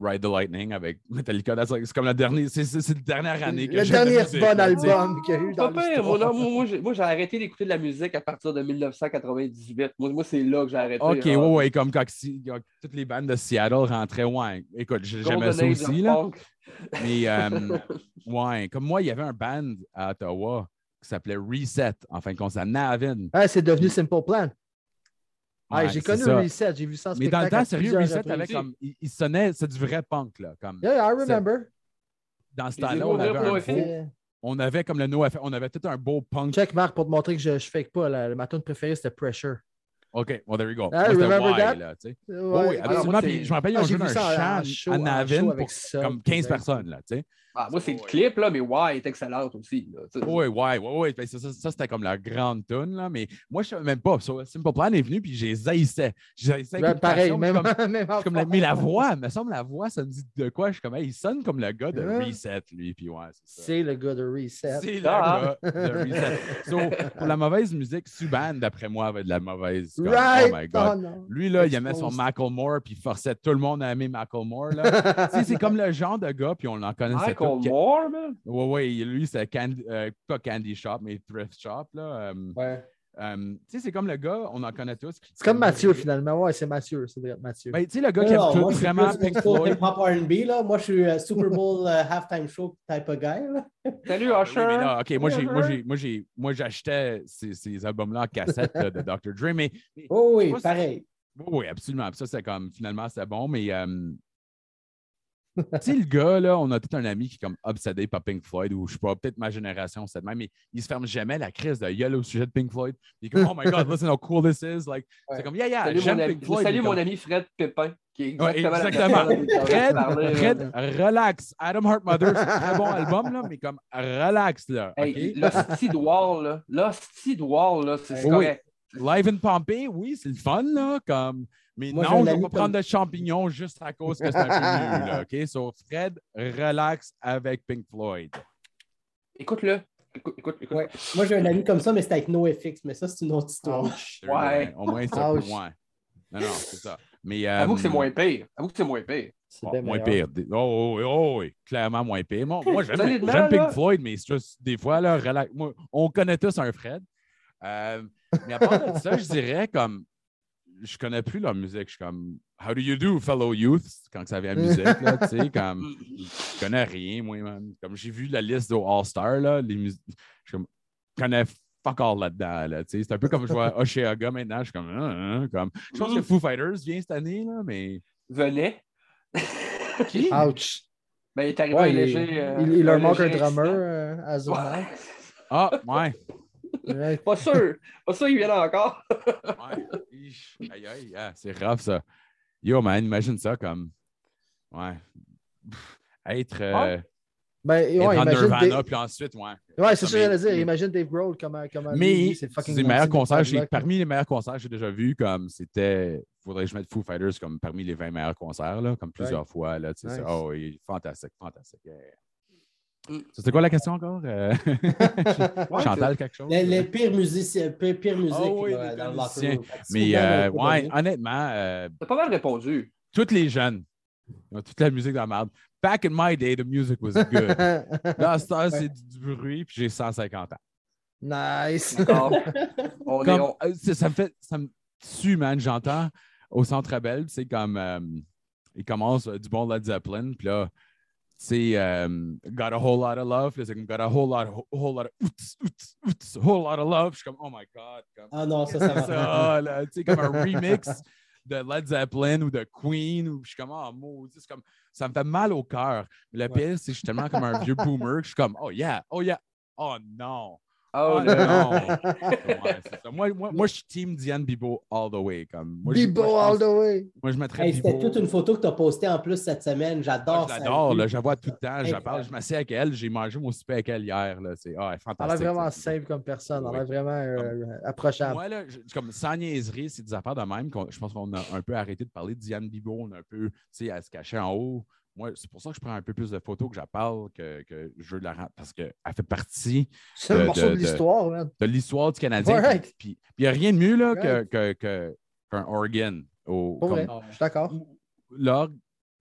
Ride the Lightning avec Metallica. C'est comme la dernière, c'est la dernière année que le j'aime la dernier musique, bon là, album qu'il y a eu dans Pas pire. l'histoire. Moi, j'ai arrêté d'écouter de la musique à partir de 1998. Moi c'est là que j'ai arrêté. OK, ouais, comme quand toutes les bandes de Seattle rentraient, ouais. Écoute, j'aimais ça Golden Age aussi, of là. Punk. Mais, ouais, comme moi, il y avait un band à Ottawa qui s'appelait Reset, en fin de compte, à Navin. Ah, c'est devenu Simple Plan. Ouais, j'ai c'est connu ça. Reset, j'ai vu ça en Mais dans le spectacle temps, sérieux, plusieurs Reset reprises. avait comme. Il sonnait, c'est du vrai punk, là. Comme, Yeah, I remember. dans ce Les temps-là, zéros on avait pour un NoFX. beau. On avait comme le NoFX, on avait tout un beau punk. Check, Marc, pour te montrer que je fake pas. Ma tune préférée, c'était Pressure. OK, well, there you go. Ah, Moi, c'était remember Y, that? là, tu sais. Ouais. Oui, absolument. Puis je me rappelle, ils ont j'ai joué vu dans ça un en chant show- à en Navin show pour avec ça, comme puis 15 personnes, là, tu sais. Moi, c'est le clip, là, mais ouais, est excellente aussi. Là, Oui. Ben, ça, c'était comme la grande tune, là. Mais moi, je ne savais même pas. Simple Plan est venu, puis j'ai zaïssé. Pareil, même, Je suis comme, mais la voix, me semble, la voix, ça me dit de quoi? Je suis comme, hey, il sonne comme le gars de Reset, lui. Puis ouais, c'est ça. C'est le gars de Reset. C'est le gars de Reset. So, pour la mauvaise musique, Subban, d'après moi, avait de la mauvaise. Comme, Right! Oh my God. Oh, non. Lui, là, il aimait son Macklemore, puis il forçait tout le monde à aimer Macklemore. Là. Tu sais, c'est comme le genre de gars, puis on en connaissait Michael Moore, man? Oui, lui, c'est pas Candy Shop, mais Thrift Shop. Là. Ouais. Tu sais, c'est comme le gars, on en connaît tous. C'est comme Mathieu, finalement. Ouais, c'est Mathieu. C'est vrai, Mathieu. Ben, tu sais, le gars qui aime tout, Moi, je suis vraiment plus Pink expo Floyd. hip-hop R&B, là. Moi, je suis Super Bowl halftime show type of guy, là. Salut, Oui, Usher. mais là, OK, moi, j'achetais ces albums-là en cassette là, de Dr. Dre, mais Oh oui, moi, pareil. oui, absolument. Puis ça, c'est comme, finalement, c'était bon, mais tu sais, le gars, là, on a tout un ami qui est comme obsédé par Pink Floyd, ou je sais pas, peut-être ma génération, c'est de même, mais il se ferme jamais la crise de gueule au sujet de Pink Floyd. Il est comme, oh my God, listen how cool this is. Like, Ouais. c'est comme, yeah, Salut, j'aime mon ami. Pink Floyd. Salut mais mon comme, ami Fred Pépin, qui est Ouais, exactement Fred, relax. Adam Heart Mother, c'est un très bon album, là, mais comme, relax, là. Hey, OK? l'hostie de Wall, là, c'est Oui. correct. Live in Pompeii, oui, c'est le fun, là, comme... Mais Moi, j'ai non, un je ne vais ami pas prendre de champignons juste à cause que c'est un peu mieux, là, OK? So, Fred, relax avec Pink Floyd. Écoute-le. Écoute. Ouais. Moi, j'ai un ami comme ça, mais c'est avec NoFX, mais ça, c'est une autre histoire. Ouais. Au moins, c'est un peu moins. Non, c'est ça. Mais, Avoue que c'est moins pire. C'est bien moins meilleur. pire. Oui, clairement moins pire. Moi, j'aime Solidement, Pink là. Floyd, mais c'est juste des fois, là, relax. Moi, on connaît tous un Fred. Mais à part de ça, je dirais comme je connais plus leur musique. Je suis comme How do you do, fellow youth? Quand ça vient à la musique, là, tu sais, comme je connais rien, moi, man. Comme j'ai vu la liste de All-Star, là, je connais fuck all là-dedans, là, tu sais. C'est un peu comme je vois Osheaga maintenant, je suis comme je pense que Foo Fighters vient cette année, là, mais. Venait. Qui? Ouch. Ben, il est arrivé Ouais, un léger. il leur manque un léger drummer incident. à Zuma. Ouais. Ah, ouais. Ouais. Pas sûr qu'il vienne encore. Ouais. Aïe, c'est rough, ça. Yo, man, imagine ça comme. Ouais. Être. Ben, être ouais, en imagine Nirvana, puis ensuite, ouais. Ouais, c'est ça que j'allais dire. Imagine Dave Grohl comment Mais lui, c'est fucking les meilleurs concerts, Block, parmi les meilleurs concerts que j'ai déjà vus, comme c'était. Faudrait que je mette Foo Fighters comme parmi les 20 meilleurs concerts, là, comme plusieurs fois. Là, nice. Oh, oui, fantastique. Yeah. C'était quoi la question encore? Chantal, quelque chose? Les pires musiques oui, là, dans le locker room. Mais ouais, honnêtement, T'as pas mal répondu. tous les jeunes, ils ont toute la musique dans la merde. Back in my day, the music was good. Là, c'est du bruit, puis j'ai 150 ans. Nice. Ça me tue, man. J'entends au Centre Bell, c'est comme il commence du bon Led Zeppelin, puis là, c'est Got a Whole Lot of Love, puis c'est comme Got a Whole lot of Love. Je suis comme, oh my God. Comme, ah non, ça va. Ça, là, tu sais, comme un remix de Led Zeppelin ou de Queen, ou je suis comme, oh, maudit, c'est comme, ça me fait mal au cœur. Mais le pire, c'est que je suis tellement comme un vieux boomer que je suis comme, oh yeah, oh non. Oh non. Ouais, c'est ça. Moi, je suis team Diane Bibo all the way. Comme, Bibo all the way. Moi, je mettrais Bibo. C'était toute une photo que tu as postée en plus cette semaine. J'adore ça. Je l'adore, là, je la vois tout le temps. Je m'assieds avec elle. J'ai mangé mon souper avec elle hier. Là. C'est fantastique. Elle est vraiment simple comme personne. Elle est vraiment approchable. Moi, là, comme sans niaiserie, c'est des affaires de même. Je pense qu'on a un peu arrêté de parler de Diane Bibo. On a un peu, tu sais, elle se cachait en haut. Moi, c'est pour ça que je prends un peu plus de photos que j'en parle, que je veux la rendre, parce qu'elle fait partie c'est un morceau de l'histoire, man. De l'histoire du Canadien. Right. Puis il n'y a rien de mieux là, qu'un organ. Pour vrai, je suis d'accord. L'orgue,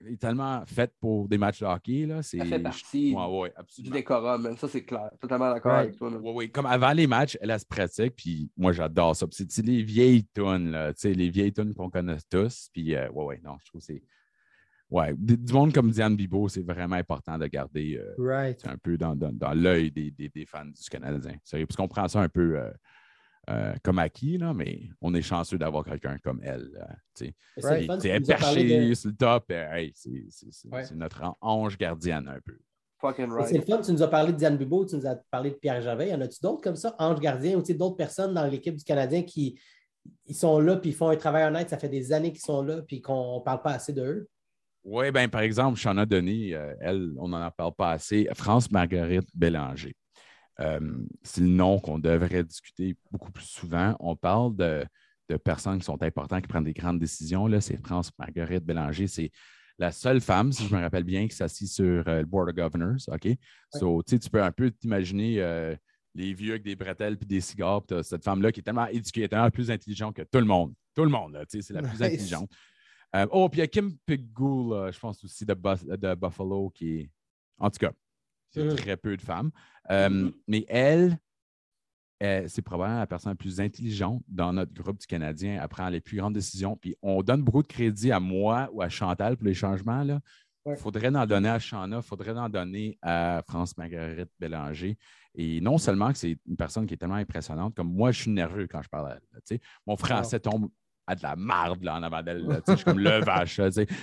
est tellement fait pour des matchs de hockey. Là. Ça fait partie du décorum. Ça, c'est clair. Totalement d'accord avec toi. Oui. Comme avant les matchs, elle se pratique. Puis moi, j'adore ça. Puis c'est les vieilles tunes, les vieilles tunes qu'on connaît tous. Puis non, je trouve que c'est. Ouais, du monde comme Diane Bibeau, c'est vraiment important de garder un peu dans l'œil des fans du Canadien. Sérieux, parce qu'on prend ça un peu comme acquis, là, mais on est chanceux d'avoir quelqu'un comme elle. Elle est perchée sur le top. C'est notre ange gardienne un peu. C'est le fun, tu nous as parlé de Diane Bibeau, tu nous as parlé de Pierre Gervais. Y en a-tu d'autres comme ça, ange gardien, ou d'autres personnes dans l'équipe du Canadien qui ils sont là puis ils font un travail honnête, ça fait des années qu'ils sont là puis qu'on ne parle pas assez d'eux? Oui, bien, par exemple, Shana Denis, elle, on n'en parle pas assez. France-Marguerite Bélanger. C'est le nom qu'on devrait discuter beaucoup plus souvent. On parle de personnes qui sont importantes, qui prennent des grandes décisions. Là, c'est France-Marguerite Bélanger. C'est la seule femme, si je me rappelle bien, qui s'assit sur le Board of Governors. OK? Ouais. So, tu peux un peu t'imaginer les vieux avec des bretelles et des cigares. Puis cette femme-là qui est tellement éduquée, tellement plus intelligente que tout le monde. Tout le monde, là, c'est la plus intelligente. Puis il y a Kim Piggoul, je pense aussi, de Buffalo, qui est. En tout cas, c'est très peu de femmes. Mais elle, c'est probablement la personne la plus intelligente dans notre groupe du Canadien. Elle prend les plus grandes décisions. Puis on donne beaucoup de crédit à moi ou à Chantal pour les changements. Il faudrait en donner à Shana, il faudrait en donner à France-Marguerite Bélanger. Et non seulement que c'est une personne qui est tellement impressionnante, comme moi, je suis nerveux quand je parle à elle. Mon français tombe à de la marde là, en avant d'elle. Je suis comme le vache.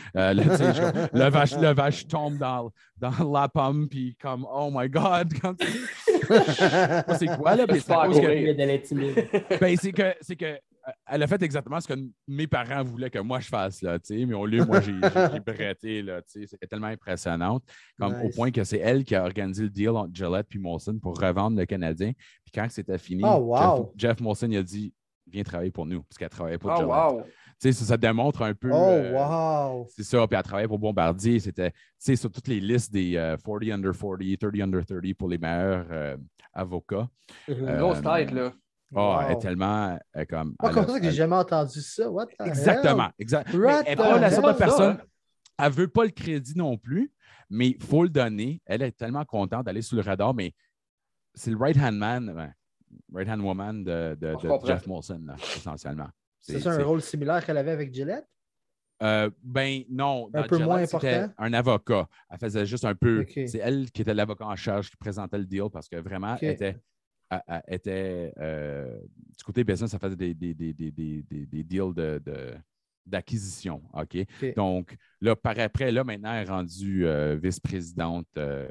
Le vache tombe dans la pomme, puis comme, oh my God. C'est quoi, là? C'est que elle a fait exactement ce que mes parents voulaient que moi je fasse, là, mais au lieu, moi, j'ai bretté. C'était tellement impressionnante. Au point que c'est elle qui a organisé le deal entre Gillette et Molson pour revendre le Canadien. Puis quand c'était fini, Jeff Molson il a dit viens travailler pour nous, parce qu'elle travaillait pour Gillette. Wow. Ça démontre un peu. C'est ça. Puis elle travaillait pour Bombardier. C'était sur toutes les listes des 40 under 40, 30 under 30 pour les meilleurs avocats. Grosse tête, là. Elle est tellement comme. Comme ça que j'ai jamais entendu ça. What the exactement. hell? Elle n'est pas la sorte de personne. Elle ne veut pas le crédit non plus, mais il faut le donner. Elle est tellement contente d'aller sous le radar, mais c'est le right-hand man, right-hand woman de Jeff Molson, là, essentiellement. C'est un rôle similaire qu'elle avait avec Gillette? Ben non. Un peu Gillette, moins important? Un avocat. Elle faisait juste un peu. Okay. C'est elle qui était l'avocat en charge qui présentait le deal parce que vraiment, elle était du côté business, elle faisait des deals d'acquisition. Okay? Donc, là, par après, là, maintenant, elle est rendue vice-présidente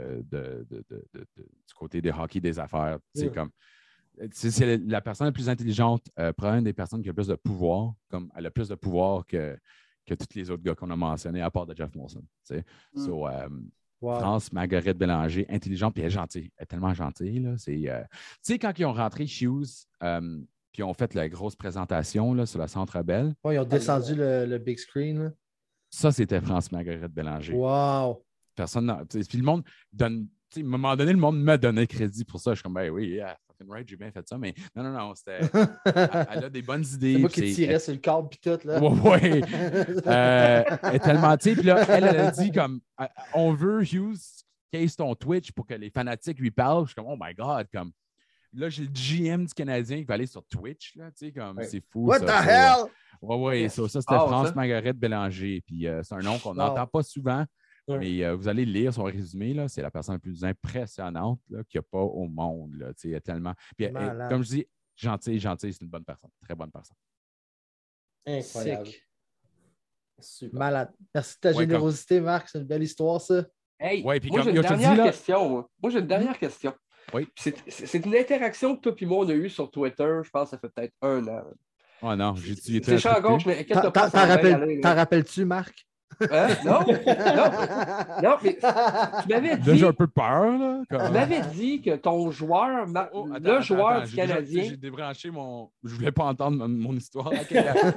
du côté des hockey des affaires. C'est comme. C'est la personne la plus intelligente, probablement des personnes qui ont le plus de pouvoir, comme elle a plus de pouvoir que tous les autres gars qu'on a mentionnés, à part de Jeff Molson. France-Marguerite Bélanger, intelligente, puis elle est gentille. Elle est tellement gentille. Tu sais, quand ils ont rentré Hughes, puis ils ont fait la grosse présentation là, sur la Centre Bell. Ils ont descendu le big screen. Là. Ça, c'était France-Marguerite Bélanger. Wow! Personne. Puis le monde donne. À un moment donné, le monde m'a donné crédit pour ça. Je suis comme, ben oui, fucking right, j'ai bien fait ça. Mais non, c'était. Elle a des bonnes idées. C'est moi qui tirais sur le câble puis tout. Là. Oui. Elle est tellement. Puis là, elle a dit comme, on veut Hughes case ton Twitch pour que les fanatiques lui parlent. Je suis comme, oh my God. Comme, là, j'ai le GM du Canadien qui va aller sur Twitch. Là, comme, c'est fou. What the hell? Oui, ça c'était France-Marguerite Bélanger. Puis c'est un nom qu'on n'entend pas souvent. Mais vous allez lire son résumé, là, c'est la personne la plus impressionnante qu'il n'y a pas au monde. Là, tellement... Puis, comme je dis, gentille, c'est une bonne personne. Très bonne personne. Incroyable. Super. Malade. Merci de ta générosité, Marc. C'est une belle histoire, ça. Hey, moi, j'ai une dernière question. Moi, j'ai une dernière question. Oui. C'est une interaction que toi et moi, on a eue sur Twitter, je pense que ça fait peut-être 1 an. Oh non, j'ai tué. C'est champ gauche, mais t'en rappelles-tu, Marc? Hein? Non, mais tu m'avais dit. Déjà un peu peur, là. Tu m'avais dit que ton joueur, joueur du Canadien. J'ai débranché mon. Je voulais pas entendre mon histoire. Tu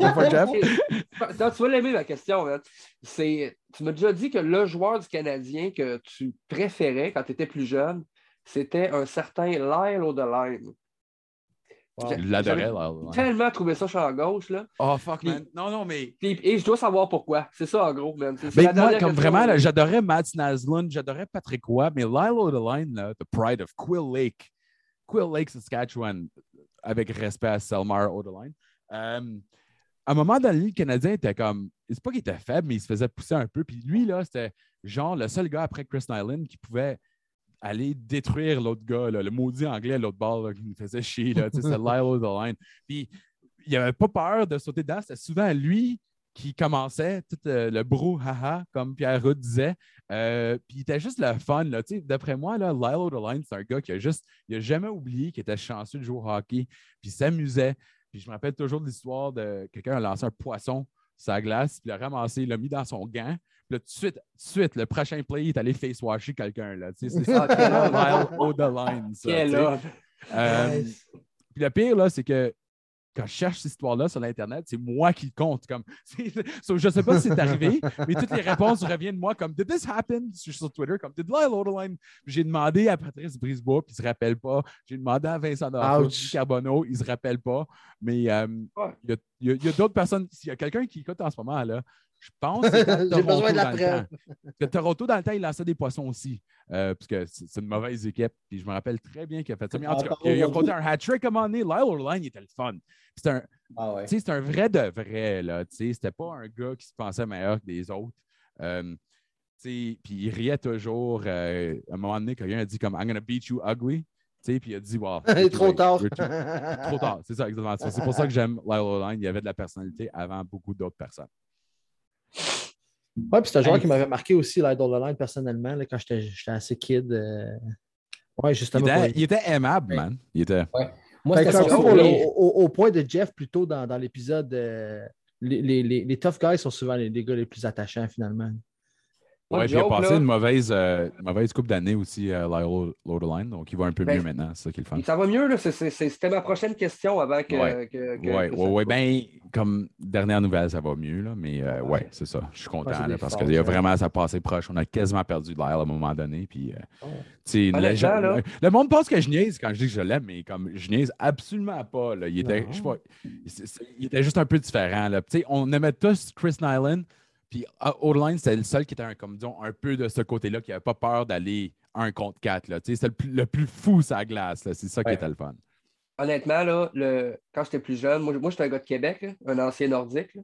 vas l'aimer, ma question. Hein. Tu m'as déjà dit que le joueur du Canadien que tu préférais quand tu étais plus jeune, c'était un certain Lyle O'Deline. Wow. Je l'adorais, là. J'ai tellement trouvé ça champ gauche, là. Oh, fuck, man. Non, mais... Et je dois savoir pourquoi. C'est ça, en gros, man. C'est Mais la moi, dernière comme question, vraiment, là, j'adorais Mats Naslund, j'adorais Patrick Roy, mais Lyle O'Deline, là, The Pride of Quill Lake, Saskatchewan, avec respect à Selmar O'Deline. À un moment dans le Canadien était comme, c'est pas qu'il était faible, mais il se faisait pousser un peu. Puis lui, là, c'était genre le seul gars après Chris Nyland qui pouvait aller détruire l'autre gars, là, le maudit anglais à l'autre bord là, qui nous faisait chier. Là, c'est Lyle O'Deline. Puis il n'avait pas peur de sauter dedans. C'était souvent lui qui commençait tout le brouhaha, comme Pierre Roux disait. Puis il était juste le fun. Là, d'après moi, là, Lyle O'Deline, c'est un gars qui il a jamais oublié qu'il était chanceux de jouer au hockey, puis il s'amusait. Puis je me rappelle toujours de l'histoire de quelqu'un a lancé un poisson sur la glace, puis il l'a ramassé, il l'a mis dans son gant. Puis là, tout de suite, le prochain play, il est allé face-washer quelqu'un. Là, c'est ça, Lyle O'Deline. Puis le pire, là, c'est que quand je cherche cette histoire-là sur l'Internet, c'est moi qui le compte. Comme, je ne sais pas si c'est arrivé, mais toutes les réponses reviennent de moi comme « Did this happen? » sur Twitter, comme « Did Lyle O'Deline? » J'ai demandé à Patrice Brisebois, puis il ne se rappelle pas. J'ai demandé à Vincent Carbonneau, il ne se rappelle pas. Mais il y a d'autres personnes. S'il y a quelqu'un qui écoute en ce moment, là, je pense que j'ai besoin de la preuve. Toronto, dans le temps, il lançait des poissons aussi. Parce que c'est une mauvaise équipe. Puis je me rappelle très bien qu'il a fait ça. Mais en tout cas, il a compté un hat-trick à un moment donné. Lyle O'Deline, il était le fun. C'est un vrai de vrai. Là, c'était pas un gars qui se pensait meilleur que les autres. Puis il riait toujours. À un moment donné, quelqu'un a dit comme « I'm gonna beat you ugly ». Puis il a dit wow, « Trop tard. » Trop tard, c'est ça, exactement. C'est pour ça que j'aime Lyle O'Deline. Il y avait de la personnalité avant beaucoup d'autres personnes. Oui, puis c'est un joueur qui m'avait marqué aussi, Lyle O'Deline, personnellement, là, quand j'étais assez kid. Ouais, justement. Il était aimable, man. Il était... Ouais. Moi, c'était au point de Jeff, plutôt dans l'épisode, les tough guys sont souvent les gars les plus attachants, finalement. Oui, puis il a passé une mauvaise couple d'années aussi, Lyle O'Deline, donc il va un peu mieux maintenant, c'est ça qui est le fun. Ça va mieux, là. C'était ma prochaine question avant que... Oui, bien, comme dernière nouvelle, ça va mieux, là, mais ouais, c'est ça. Je suis content, là, parce que vraiment, ça passait proche. On a quasiment perdu Lyle à un moment donné, puis... le monde pense que je niaise quand je dis que je l'aime, mais comme je niaise absolument pas, là. Il était, je sais pas, il était juste un peu différent, là. On aimait tous Chris Nyland. Puis O'Deline, c'était le seul qui était un peu de ce côté-là, qui n'avait pas peur d'aller 1 contre 4. C'était le plus fou sur la glace. Là. C'est ça qui était le fun. Honnêtement, là, quand j'étais plus jeune, moi j'étais un gars de Québec, là, un ancien nordique. Là.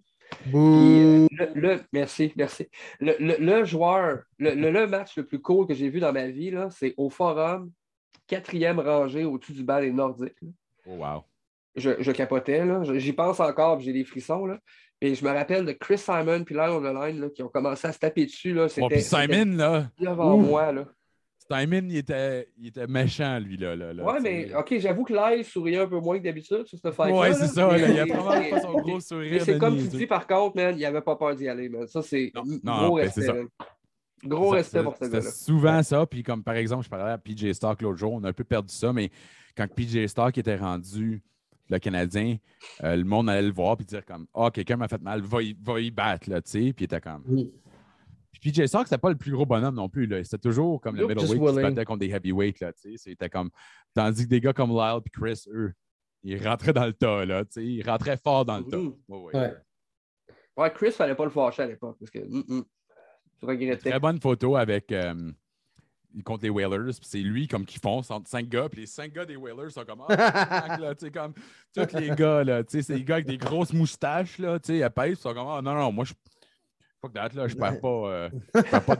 Merci. Le joueur, le match le plus cool que j'ai vu dans ma vie, là, c'est au Forum, 4e rangée au-dessus du banc des Nordiques. Là. Oh, wow. Je capotais. Là. J'y pense encore, j'ai des frissons. Là. Et je me rappelle de Chris Simon puis Lyle O'Deline qui ont commencé à se taper dessus. Là. Puis Simon, là. Devant moi, là. Simon, il était méchant, lui, là. Ouais, mais OK, j'avoue que Lyle souriait un peu moins que d'habitude sur cette fight-là. Ouais, c'est ça. Là. Il a probablement pas son gros sourire. Mais c'est comme tu dis, par contre, man, il n'avait pas peur d'y aller. Man. Ça, c'est gros respect. C'est ça. Gros respect pour ce gars-là. C'est souvent ça. Puis comme par exemple, je parlais à PJ Stark l'autre jour, on a un peu perdu ça, mais quand PJ Stark était rendu le Canadien, le monde allait le voir et dire comme « Ah, quelqu'un m'a fait mal, va y battre. » Puis il était comme... Puis PJ Stark, c'était pas le plus gros bonhomme non plus. C'était toujours comme le middleweight qui se battait contre des heavyweights. C'était comme... Tandis que des gars comme Lyle et Chris, eux, ils rentraient dans le tas. Là, ils rentraient fort dans le tas. Ouais, Chris, il fallait pas le fâcher à l'époque. Parce que je regrettais. Très bonne photo avec... contre les Whalers, puis c'est lui comme qui fonce entre 5 gars, puis les 5 gars des Whalers sont comme comme tous les gars, là, c'est des gars avec des grosses moustaches, là, épais, ils sont comme non, moi, fuck that, là, je perds pas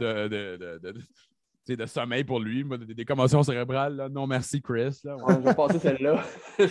de sommeil pour lui, des commotions cérébrales, là, non merci Chris. Là, je vais passer celle-là.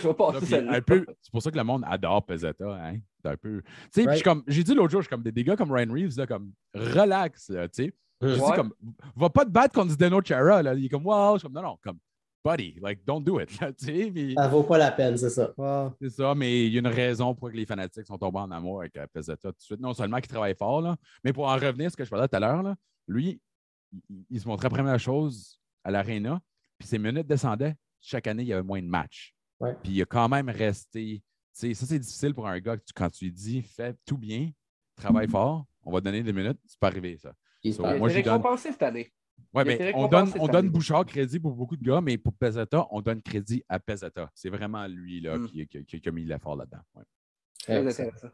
C'est pour ça que le monde adore Pezzetta, hein, c'est un peu... Puis j'ai dit l'autre jour, je suis comme des gars comme Ryan Reeves, là, comme relax, là, tu sais. Je dis comme, va pas te battre contre Zdeno Chara. Là. Il est comme, wow. Je suis comme, non, comme, buddy, like, don't do it. Là, mais... Ça vaut pas la peine, c'est ça. Wow. C'est ça, mais il y a une raison pour que les fanatiques sont tombés en amour avec Pezzetta tout de suite. Non seulement qu'il travaille fort, là, mais pour en revenir à ce que je parlais tout à l'heure, là, lui, il se montrait première chose à l'Arena, puis ses minutes descendaient. Chaque année, il y avait moins de matchs. Ouais. Puis il a quand même resté. Ça, c'est difficile pour un gars quand tu lui dis, fais tout bien, travaille fort, on va te donner des minutes, c'est pas arrivé, ça. Moi, j'ai récompensé cette année. Oui, mais on donne Bouchard crédit pour beaucoup de gars, mais pour Pezzetta, on donne crédit à Pezzetta. C'est vraiment lui là, qui a mis l'effort là-dedans. Ouais. Très intéressant.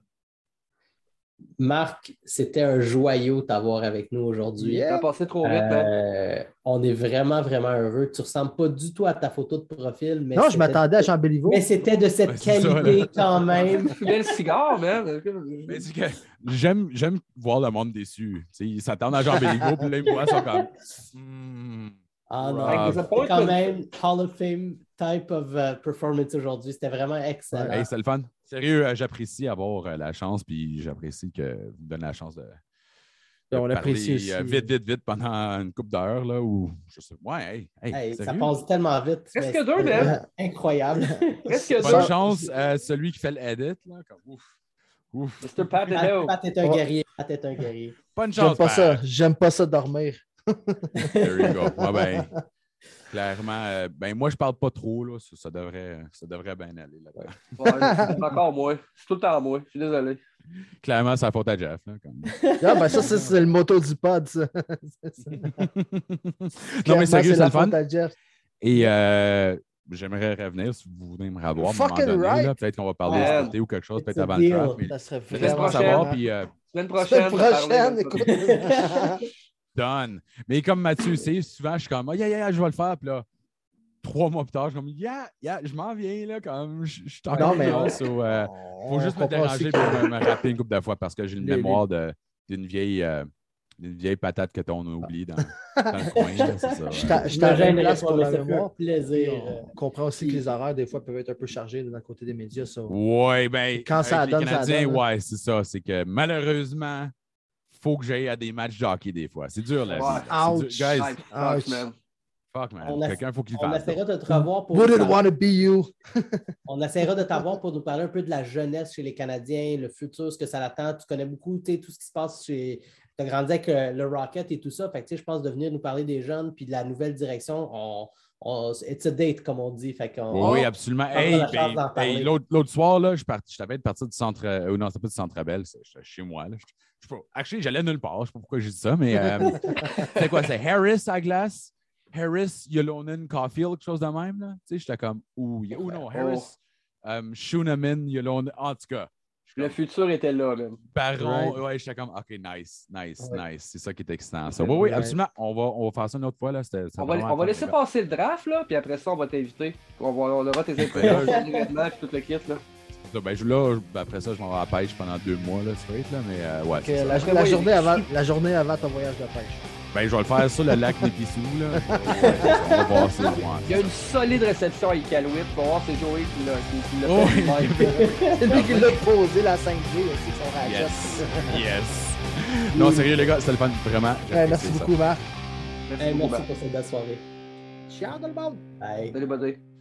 Marc, c'était un joyau t'avoir avec nous aujourd'hui. Ça a passé trop vite, man. On est vraiment, vraiment heureux. Tu ne ressembles pas du tout à ta photo de profil. Mais non, je m'attendais à Jean Béliveau. Mais c'était de cette qualité ça, quand même. Tu fumais le cigare, man. Mais c'est que j'aime voir le monde déçu. T'sais, ils s'attendent à Jean Béliveau, puis là, ils me voient, ils sont comme... Ah non, c'est quand même Hall of Fame type of performance aujourd'hui. C'était vraiment excellent. Hey, c'est le fun. Sérieux, j'apprécie avoir la chance, puis j'apprécie que vous me donnez la chance de on apprécie aussi. Vite pendant une couple d'heures, là, où je sais. Ouais, hey, ça passe tellement vite. Presque deux, même. Incroyable. Presque bonne chance à celui qui fait l'edit, là. Comme, ouf. Mr. Pat est un guerrier. Pat est un guerrier. Bonne chance, J'aime pas ça dormir. There you go. Moi, clairement, moi, je parle pas trop, là. Ça devrait bien aller là-dedans. C'est encore moi. C'est tout le temps moi. Je suis désolé. Clairement, c'est la faute à Jeff. Là, comme... ça, c'est le motto du pod, ça. Non, mais sérieux, c'est le fun. Jeff. Et j'aimerais revenir si vous voulez me revoir. Peut-être qu'on va parler de côté ou quelque chose, peut-être avant le draft. Ça serait vraiment savoir. Puis, semaine prochaine, écoute. Done. Mais comme Mathieu sait, souvent, je suis comme, je vais le faire. Puis là, 3 mois plus tard, je suis comme, je m'en viens, là, comme, je suis encore là. Faut juste me déranger pour me rappeler une couple de fois parce que j'ai une mémoire d'une vieille patate que t'on a oubliée dans le coin. C'est ça. Je t'arrête place pour la mémoire. Plaisir. On comprend aussi que les horaires, des fois, peuvent être un peu chargés d'un côté des médias. Oui, bien, quand ça donne, les Canadiens, ça donne. Ouais, c'est ça. C'est que malheureusement, faut que j'aille à des matchs de hockey des fois. C'est dur, la vie. Ouch. Guys, Fuck, man. Quelqu'un, faut qu'il le fasse. On essaiera de te revoir pour... Wouldn't want to be you. On essaiera de t'avoir pour nous parler un peu de la jeunesse chez les Canadiens, le futur, ce que ça attend. Tu connais beaucoup, tout ce qui se passe chez... Tu as grandi avec le Rocket et tout ça. Fait que, je pense de venir nous parler des jeunes puis de la nouvelle direction. It's a date, comme on dit. Fait oui, absolument. L'autre soir, là, je t'avais parti du centre... non, c'était pas du Centre Bell, c'était chez moi. Là. Actually, j'allais nulle part. Je ne sais pas pourquoi j'ai dit ça, mais c'est quoi? C'est Harris à glace? Harris, Yolonen, Caulfield, quelque chose de même, là. Tu sais, j'étais comme, non, Harris, Schooneman, Yolonen, en tout cas. Le futur était là, même. Baron, ouais, j'étais comme, OK, nice. C'est ça qui est excitant. Ça. Oui, absolument. On va faire ça une autre fois, là. On va laisser passer le draft, là, puis après ça, on va t'inviter. On aura tes impressions, puis tout le kit, là. Après ça, je m'en vais à la pêche pendant 2 mois, là, straight, là, mais ouais. Okay, la journée avant ton voyage de pêche. Je vais le faire sur le lac Népissou, là. On va voir ça. Il y a une solide réception à Iqaluit. On va voir, c'est Joey qui l'a fait. C'est lui qui l'a posé, la 5G aussi, son racket. Yes. Non, sérieux, les gars, c'était le fun, vraiment. Merci beaucoup, Marc. Merci pour cette belle soirée. Ciao, tout le monde. Bye. Salut, buddy.